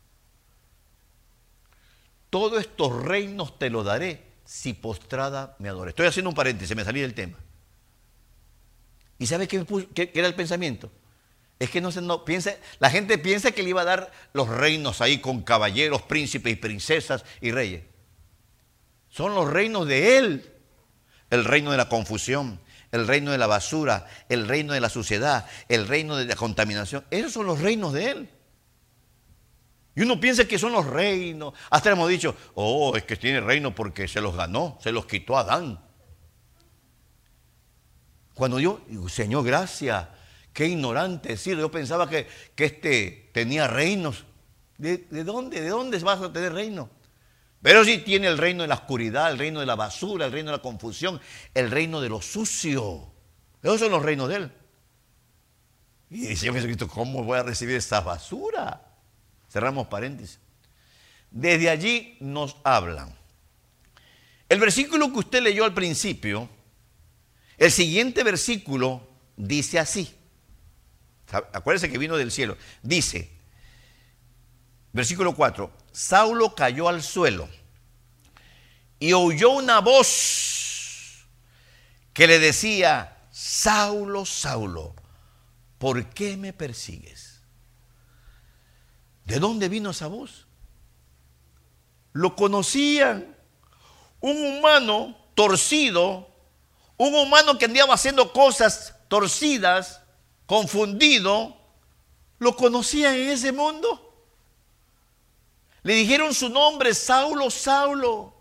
Speaker 1: Todos estos reinos te los daré si postrada me adore. Estoy haciendo un paréntesis, me salí del tema. ¿Y sabe qué, qué, qué era el pensamiento? Es que no se no, piensa, la gente piensa que le iba a dar los reinos ahí con caballeros, príncipes y princesas y reyes. Son los reinos de Él. El reino de la confusión, el reino de la basura, el reino de la suciedad, el reino de la contaminación. Esos son los reinos de Él. Y uno piensa que son los reinos. Hasta hemos dicho, oh, es que tiene reino porque se los ganó, se los quitó a Adán. Cuando yo digo, Señor, gracias, qué ignorante, es decir, yo pensaba que, que este tenía reinos. ¿De, ¿De dónde? ¿De dónde vas a tener reino? Pero sí tiene el reino de la oscuridad, el reino de la basura, el reino de la confusión, el reino de lo sucio. Esos son los reinos de Él. Y dice Señor Jesucristo, ¿cómo voy a recibir esta basura? Cerramos paréntesis. Desde allí nos hablan. El versículo que usted leyó al principio, el siguiente versículo dice así. Acuérdese que vino del cielo. Dice, versículo cuatro, Saulo cayó al suelo y oyó una voz que le decía, Saulo, Saulo, ¿por qué me persigues? ¿De dónde vino esa voz? Lo conocían. Un humano torcido, un humano que andaba haciendo cosas torcidas, confundido, lo conocían en ese mundo. Le dijeron su nombre, Saulo, Saulo.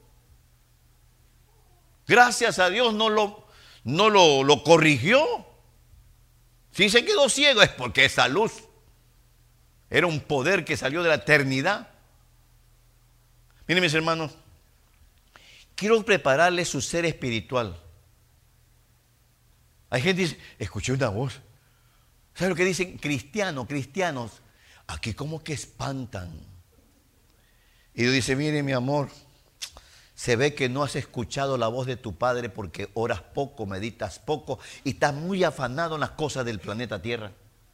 Speaker 1: Gracias a Dios no lo, no lo, lo corrigió. Si se quedó ciego es porque esa luz era un poder que salió de la eternidad. Miren, mis hermanos, quiero prepararle su ser espiritual. Hay gente que dice, escuché una voz. ¿Sabe lo que dicen? Cristianos, cristianos. Aquí como que espantan. Y Dios dice, mire mi amor, se ve que no has escuchado la voz de tu Padre porque oras poco, meditas poco y estás muy afanado en las cosas del planeta Tierra.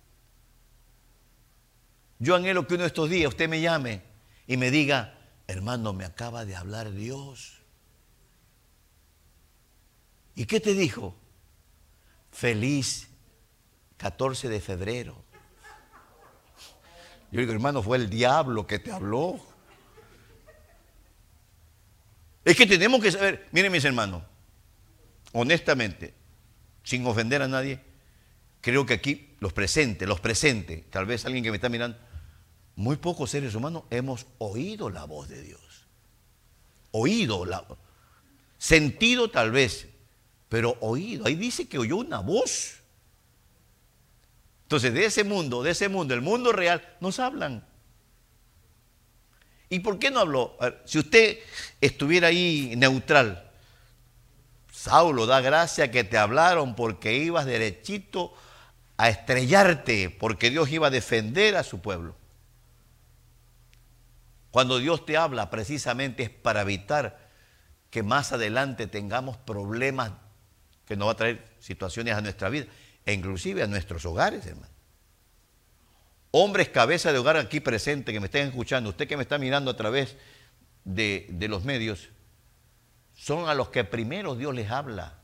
Speaker 1: Yo anhelo que uno de estos días usted me llame y me diga, hermano, me acaba de hablar Dios. ¿Y qué te dijo? Feliz catorce de febrero. Yo digo, hermano, fue el diablo que te habló. Es que tenemos que saber, miren mis hermanos, honestamente, sin ofender a nadie, creo que aquí los presentes, los presentes, tal vez alguien que me está mirando, muy pocos seres humanos hemos oído la voz de Dios. Oído, la, sentido tal vez, pero oído. Ahí dice que oyó una voz. Entonces de ese mundo, de ese mundo, el mundo real, nos hablan. ¿Y por qué no habló? A ver, si usted estuviera ahí neutral, Saulo, da gracia que te hablaron porque ibas derechito a estrellarte, porque Dios iba a defender a su pueblo. Cuando Dios te habla, precisamente es para evitar que más adelante tengamos problemas que nos va a traer situaciones a nuestra vida, e inclusive a nuestros hogares, hermano. Hombres cabeza de hogar aquí presentes que me estén escuchando, usted que me está mirando a través de, de los medios, son a los que primero Dios les habla.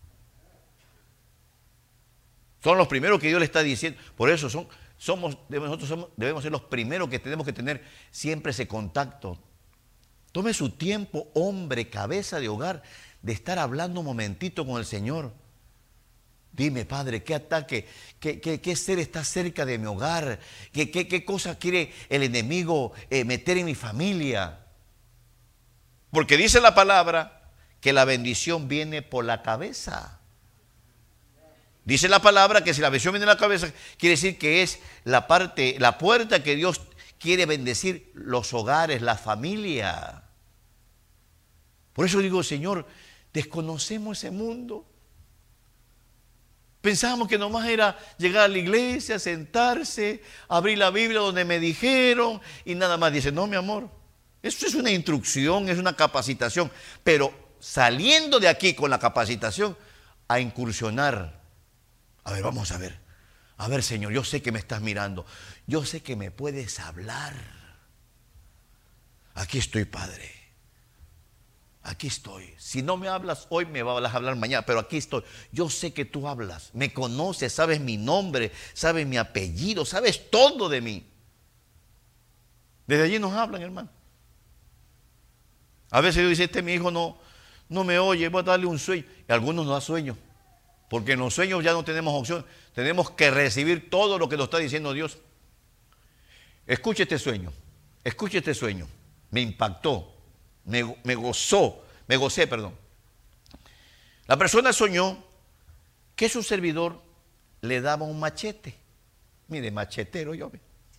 Speaker 1: Son los primeros que Dios le está diciendo. Por eso son, somos, nosotros somos, debemos ser los primeros que tenemos que tener siempre ese contacto. Tome su tiempo, hombre, cabeza de hogar, de estar hablando un momentito con el Señor. Dime, Padre, ¿qué ataque, qué, qué, qué ser está cerca de mi hogar? ¿Qué, qué, qué cosa quiere el enemigo eh, meter en mi familia? Porque dice la palabra que la bendición viene por la cabeza. Dice la palabra que si la bendición viene de la cabeza, quiere decir que es la parte, la puerta que Dios quiere bendecir los hogares, la familia. Por eso digo, Señor, desconocemos ese mundo. Pensábamos que nomás era llegar a la iglesia, sentarse, abrir la Biblia donde me dijeron y nada más. Dice, no, mi amor, eso es una instrucción, es una capacitación. Pero saliendo de aquí con la capacitación, a incursionar. A ver, vamos a ver. A ver, Señor, yo sé que me estás mirando. Yo sé que me puedes hablar. Aquí estoy, Padre. Aquí estoy. Si no me hablas hoy, me vas a hablar mañana, pero aquí estoy. Yo sé que tú hablas, me conoces, sabes mi nombre, sabes mi apellido, sabes todo de mí. Desde allí nos hablan, hermano. A veces Dios dice, este mi hijo no, no me oye, voy a darle un sueño. Y a algunos nos da sueño, porque en los sueños ya no tenemos opción. Tenemos que recibir todo lo que nos está diciendo Dios. Escuche este sueño, escuche este sueño. Me impactó. Me, me gozó, me gocé, perdón. La persona soñó que su servidor le daba un machete. Mire, machetero yo.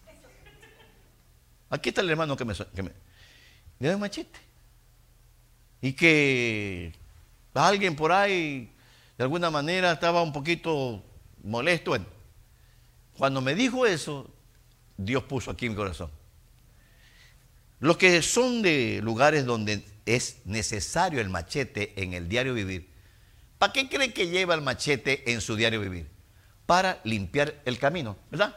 Speaker 1: Aquí está el hermano que me, que me le da un machete. Y que alguien por ahí, de alguna manera, estaba un poquito molesto. Bueno, cuando me dijo eso, Dios puso aquí en mi corazón. Los que son de lugares donde es necesario el machete en el diario vivir, ¿para qué cree que lleva el machete en su diario vivir? Para limpiar el camino, ¿verdad?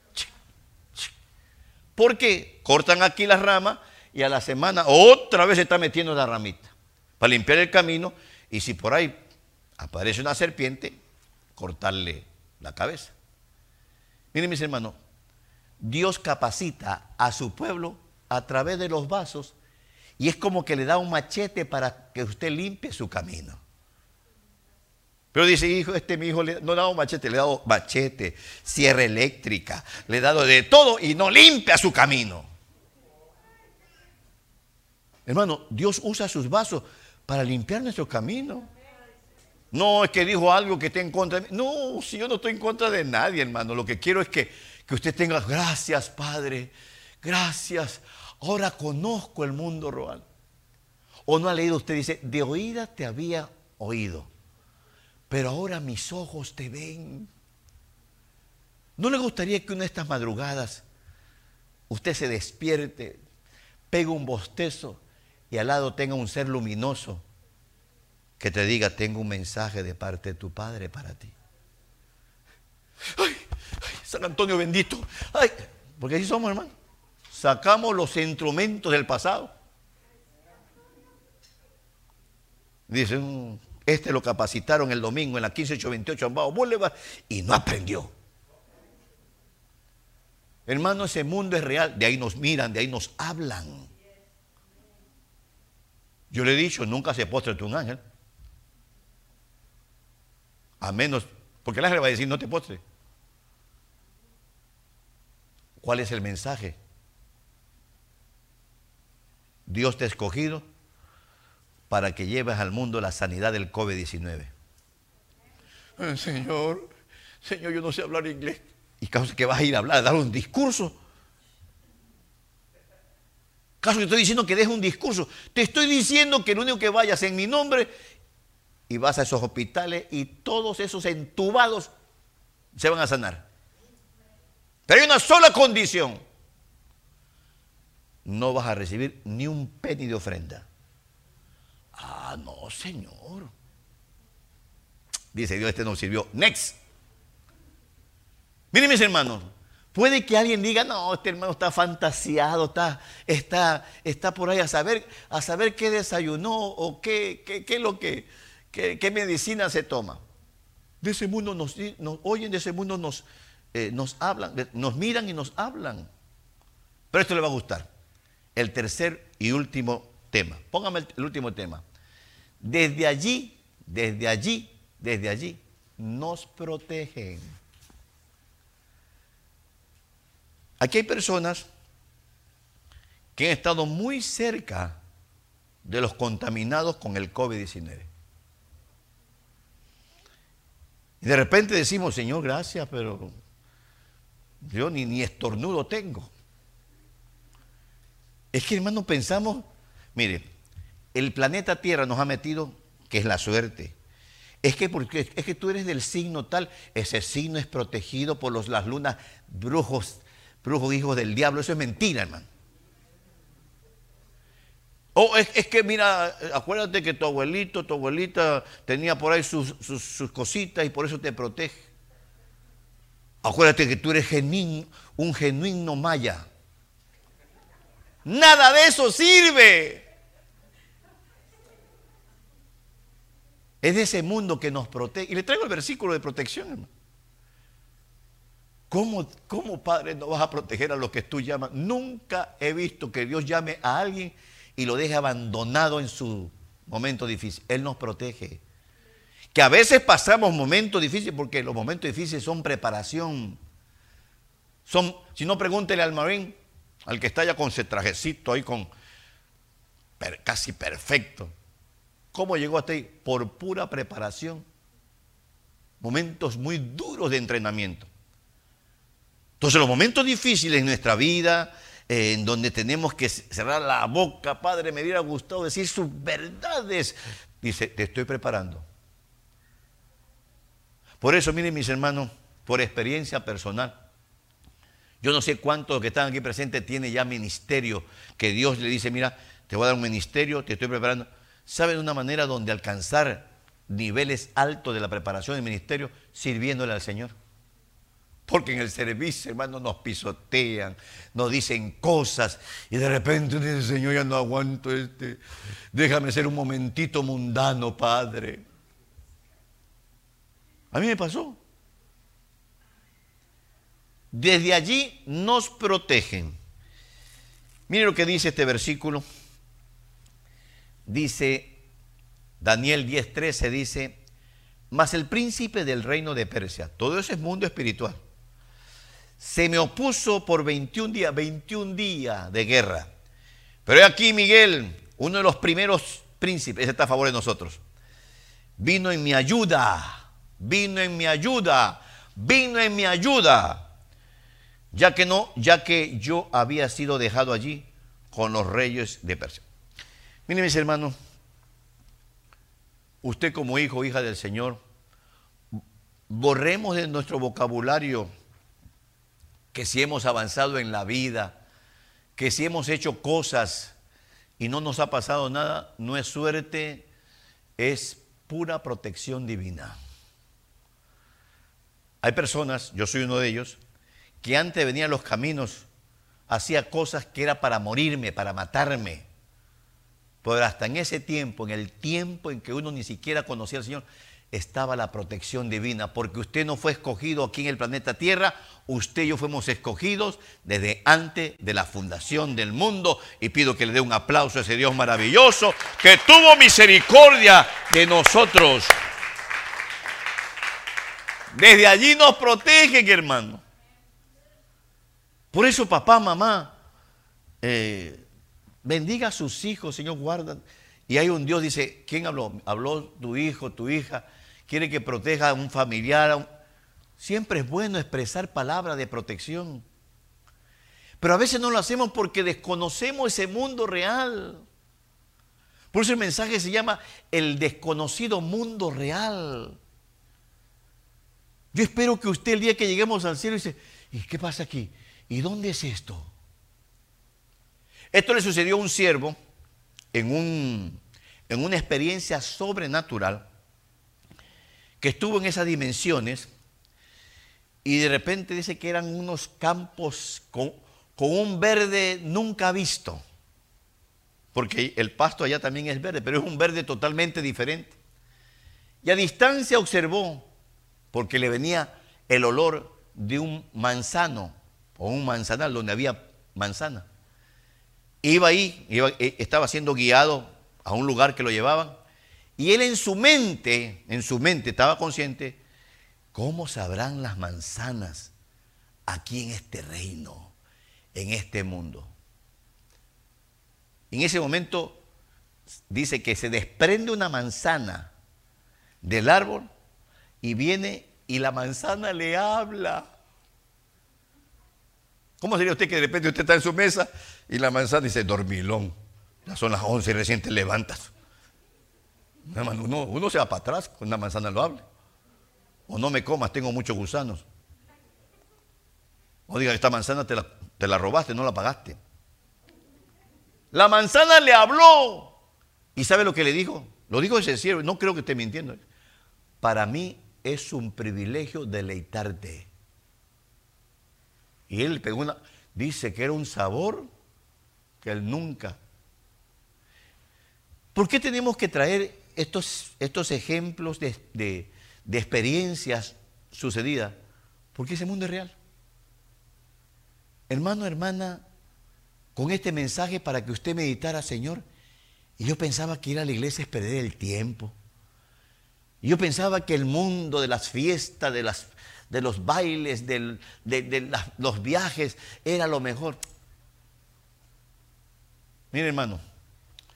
Speaker 1: Porque cortan aquí las ramas y a la semana otra vez se está metiendo la ramita para limpiar el camino, y si por ahí aparece una serpiente, cortarle la cabeza. Miren, mis hermanos, Dios capacita a su pueblo a través de los vasos, y es como que le da un machete para que usted limpie su camino. Pero dice, hijo, este mi hijo le, no le ha dado machete, le ha dado machete, sierra eléctrica, le ha dado de todo y no limpia su camino. Hermano, Dios usa sus vasos para limpiar nuestro camino. No es que dijo algo que esté en contra de mí. No, si yo no estoy en contra de nadie, hermano. Lo que quiero es que, que usted tenga, gracias, Padre, gracias. Ahora conozco el mundo real. O no ha leído, usted dice, de oídas te había oído, pero ahora mis ojos te ven. ¿No le gustaría que una de estas madrugadas usted se despierte, pegue un bostezo y al lado tenga un ser luminoso que te diga, tengo un mensaje de parte de tu Padre para ti? Ay, ay, San Antonio bendito. Ay, porque así somos, hermano. Sacamos los instrumentos del pasado. Dicen, este lo capacitaron el domingo en la quince ocho veintiocho Ambao Boulevard y no aprendió. Hermano, ese mundo es real. De ahí nos miran, de ahí nos hablan. Yo le he dicho, nunca se postre ante un ángel. A menos, porque el ángel va a decir, no te postres. ¿Cuál es el mensaje? Dios te ha escogido para que lleves al mundo la sanidad del COVID diecinueve. Eh, señor, Señor, yo no sé hablar inglés. ¿Y caso que vas a ir a hablar, a dar un discurso? ¿Caso que estoy diciendo que dejes un discurso? Te estoy diciendo que lo único que vayas en mi nombre y vas a esos hospitales y todos esos entubados se van a sanar. Pero hay una sola condición. No vas a recibir ni un penny de ofrenda. Ah, no, Señor. Dice Dios, este no sirvió. Next. Miren, mis hermanos, puede que alguien diga, no, este hermano está fantasiado, está, está, está por ahí a saber, a saber qué desayunó o qué, qué, qué es lo que, qué, qué medicina se toma. De ese mundo nos, nos oyen, de ese mundo nos, eh, nos hablan, nos miran y nos hablan. Pero esto le va a gustar. El tercer y último tema. Póngame el, el último tema. Desde allí, desde allí, desde allí, nos protegen. Aquí hay personas que han estado muy cerca de los contaminados con el COVID diecinueve. Y de repente decimos, Señor, gracias, pero yo ni, ni estornudo tengo. Es que, hermano, pensamos, mire, el planeta Tierra nos ha metido, que es la suerte. Es que, porque, es que tú eres del signo tal, ese signo es protegido por los, las lunas, brujos, brujos hijos del diablo. Eso es mentira, hermano. O es, es que, mira, acuérdate que tu abuelito, tu abuelita tenía por ahí sus, sus, sus cositas y por eso te protege. Acuérdate que tú eres genuino, un genuino maya. Nada de eso sirve. Es de ese mundo que nos protege. Y le traigo el versículo de protección, hermano. ¿Cómo, cómo, Padre, no vas a proteger a los que tú llamas? Nunca he visto que Dios llame a alguien y lo deje abandonado en su momento difícil. Él nos protege. Que a veces pasamos momentos difíciles, porque los momentos difíciles son preparación. Son, si no, pregúntele al marín, al que está ya con ese trajecito ahí, con per, casi perfecto. ¿Cómo llegó hasta ahí? Por pura preparación. momentos muy duros de entrenamiento. Entonces los momentos difíciles en nuestra vida, eh, en donde tenemos que cerrar la boca, Padre, me hubiera gustado decir sus verdades, dice, te estoy preparando. Por eso, miren mis hermanos, por experiencia personal, yo no sé cuántos que están aquí presentes tienen ya ministerio, que Dios le dice, mira, te voy a dar un ministerio, te estoy preparando. ¿Saben una manera donde alcanzar niveles altos de la preparación del ministerio? Sirviéndole al Señor. Porque en el servicio, hermano, nos pisotean, nos dicen cosas y de repente dice, Señor, ya no aguanto este, déjame ser un momentito mundano, Padre. A mí me pasó. Desde allí nos protegen. Miren lo que dice este versículo. Dice, Daniel diez trece dice, mas el príncipe del reino de Persia, todo eso es mundo espiritual, se me opuso por veintiún días, veintiún días de guerra. Pero he aquí Miguel, uno de los primeros príncipes, ese está a favor de nosotros, vino en mi ayuda, vino en mi ayuda, vino en mi ayuda, ya que no, ya que yo había sido dejado allí con los reyes de Persia. Miren mis hermanos, usted como hijo o hija del Señor, borremos de nuestro vocabulario que si hemos avanzado en la vida, que si hemos hecho cosas y no nos ha pasado nada, no es suerte, es pura protección divina. Hay personas, yo soy uno de ellos, que antes de venir a los caminos hacía cosas que era para morirme, para matarme. Pero hasta en ese tiempo, en el tiempo en que uno ni siquiera conocía al Señor, estaba la protección divina, porque usted no fue escogido aquí en el planeta Tierra, usted y yo fuimos escogidos desde antes de la fundación del mundo, y pido que le dé un aplauso a ese Dios maravilloso que tuvo misericordia de nosotros. Desde allí nos protegen, hermano. Por eso, papá, mamá, eh, bendiga a sus hijos, Señor, guardan. Y hay un Dios, dice, ¿quién habló? Habló tu hijo, tu hija, quiere que proteja a un familiar. A un... Siempre es bueno expresar palabras de protección. Pero a veces no lo hacemos porque desconocemos ese mundo real. Por eso el mensaje se llama el desconocido mundo real. Yo espero que usted el día que lleguemos al cielo dice, ¿y qué pasa aquí? ¿Y dónde es esto? Esto le sucedió a un siervo en, un, en una experiencia sobrenatural que estuvo en esas dimensiones y de repente dice que eran unos campos con, con un verde nunca visto, porque el pasto allá también es verde, pero es un verde totalmente diferente. Y a distancia observó, porque le venía el olor de un manzano o un manzanal donde había manzana. Iba ahí, iba, estaba siendo guiado a un lugar que lo llevaban, y él en su mente, en su mente estaba consciente, ¿cómo sabrán las manzanas aquí en este reino, en este mundo? En ese momento dice que se desprende una manzana del árbol y viene y la manzana le habla. ¿Cómo sería usted que de repente usted está en su mesa y la manzana dice, dormilón, ya son las once y recién te levantas? Uno, uno se va para atrás cuando una manzana lo hable. O no me comas, tengo muchos gusanos. O diga, esta manzana te la, te la robaste, no la pagaste. La manzana le habló. ¿Y sabe lo que le dijo? Lo dijo ese siervo, no creo que esté mintiendo. Para mí es un privilegio deleitarte. Y él pegó una, dice que era un sabor que él nunca. ¿Por qué tenemos que traer estos, estos ejemplos de, de, de experiencias sucedidas? Porque ese mundo es real. Hermano, hermana, con este mensaje para que usted meditara, Señor, y yo pensaba que ir a la iglesia es perder el tiempo. Y yo pensaba que el mundo de las fiestas, de las de los bailes, del, de, de la, los viajes, era lo mejor. Mire, hermano,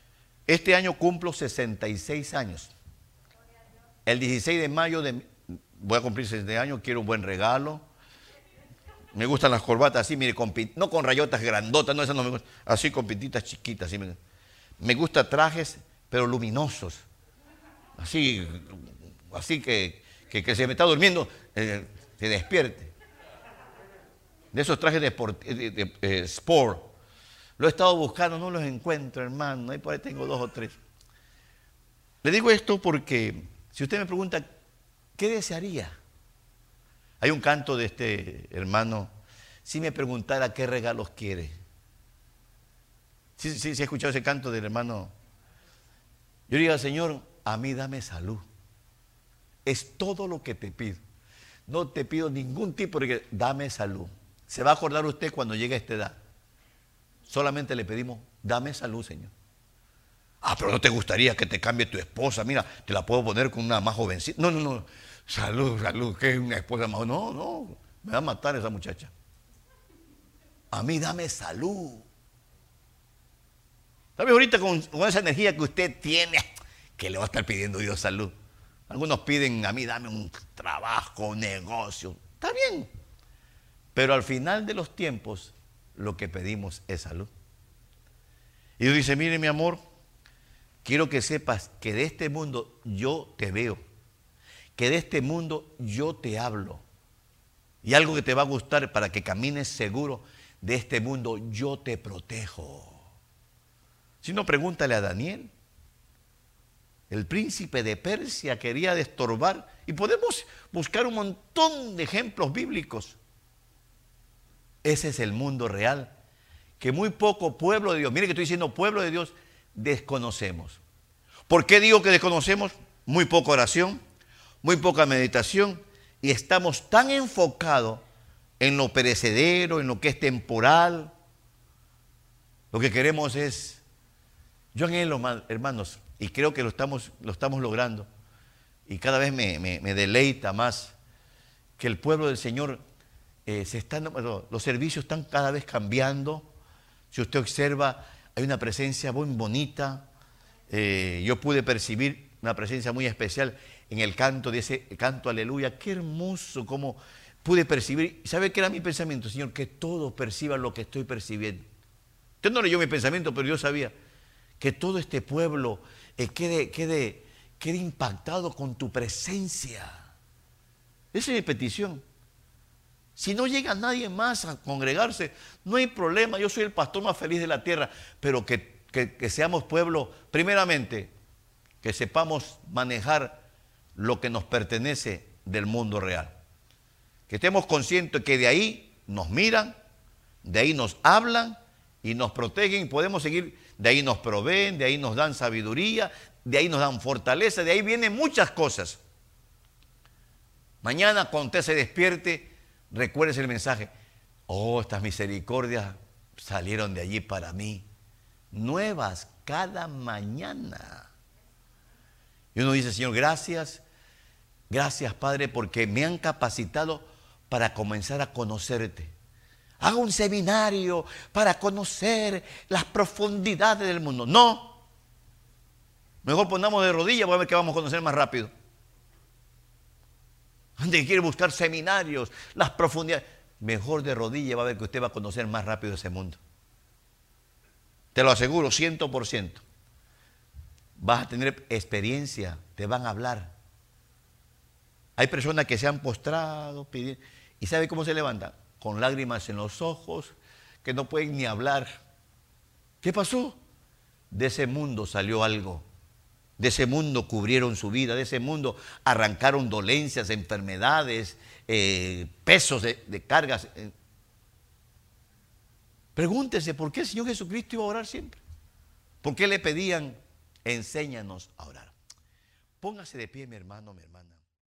Speaker 1: este año cumplo sesenta y seis años. El dieciséis de mayo de, voy a cumplir sesenta años, quiero un buen regalo. Me gustan las corbatas así, mire, con, no con rayotas grandotas, no, esas no me gustan. Así con pintitas chiquitas. Así me, me gustan trajes, pero luminosos. Así, así que, que, que se me está durmiendo, eh, se despierte. De esos trajes de, sport, de, de, de sport. Lo he estado buscando, no los encuentro, hermano. Ahí por ahí tengo dos o tres. Le digo esto porque si usted me pregunta, ¿qué desearía? Hay un canto de este hermano, si me preguntara qué regalos quiere. ¿Sí, sí, sí ha escuchado ese canto del hermano? Yo diría, Señor, a mí dame salud. Es todo lo que te pido. No te pido ningún tipo de... Dame salud. Se va a acordar usted cuando llegue a esta edad. Solamente le pedimos, dame salud, Señor. Ah, pero no te gustaría que te cambie tu esposa. Mira, te la puedo poner con una más jovencita. No, no, no. Salud, salud. ¿Qué es una esposa más? No, no. Me va a matar esa muchacha. A mí dame salud. ¿Sabe ahorita con, con esa energía que usted tiene, que le va a estar pidiendo Dios salud? Algunos piden, a mí dame un trabajo, un negocio. Está bien. Pero al final de los tiempos, lo que pedimos es salud. Y Dios dice, mire mi amor, quiero que sepas que de este mundo yo te veo, que de este mundo yo te hablo. Y algo que te va a gustar para que camines seguro, de este mundo yo te protejo. Si no, pregúntale a Daniel. El príncipe de Persia quería destorbar, y podemos buscar un montón de ejemplos bíblicos. Ese es el mundo real, que muy poco pueblo de Dios, mire que estoy diciendo pueblo de Dios, desconocemos. ¿Por qué digo que desconocemos? Muy poca oración, muy poca meditación, y estamos tan enfocados en lo perecedero, en lo que es temporal. Lo que queremos es, yo anhelo, hermanos, y creo que lo estamos, lo estamos logrando, y cada vez me, me, me deleita más que el pueblo del Señor, eh, se están, los servicios están cada vez cambiando. Si usted observa, hay una presencia muy bonita. Eh, yo pude percibir una presencia muy especial en el canto de ese canto aleluya. Qué hermoso como pude percibir. ¿Sabe qué era mi pensamiento? Señor, que todos perciban lo que estoy percibiendo. Usted no leyó mi pensamiento, pero yo sabía que todo este pueblo eh, quede, quede, quede impactado con tu presencia. Esa es mi petición. Si no llega nadie más a congregarse, no hay problema. Yo soy el pastor más feliz de la tierra, pero que, que, que seamos pueblo, primeramente, que sepamos manejar lo que nos pertenece del mundo real. Que estemos conscientes que de ahí nos miran, de ahí nos hablan y nos protegen y podemos seguir. De ahí nos proveen, de ahí nos dan sabiduría, de ahí nos dan fortaleza, de ahí vienen muchas cosas. Mañana cuando usted se despierte, recuérdese el mensaje. Oh, estas misericordias salieron de allí para mí. Nuevas cada mañana. Y uno dice, Señor, gracias. Gracias, Padre, porque me han capacitado para comenzar a conocerte. Haga un seminario para conocer las profundidades del mundo. No. Mejor pongamos de rodillas para ver qué vamos a conocer más rápido. Gente que quiere buscar seminarios, las profundidades. Mejor de rodillas va a ver que usted va a conocer más rápido ese mundo. Te lo aseguro, ciento por ciento. Vas a tener experiencia, te van a hablar. Hay personas que se han postrado, pidiendo, ¿y sabe cómo se levantan? Con lágrimas en los ojos, que no pueden ni hablar. ¿Qué pasó? De ese mundo salió algo. De ese mundo cubrieron su vida, de ese mundo arrancaron dolencias, enfermedades, eh, pesos de, de cargas. Pregúntese, ¿por qué el Señor Jesucristo iba a orar siempre? ¿Por qué le pedían, enséñanos a orar? Póngase de pie, mi hermano, mi hermana.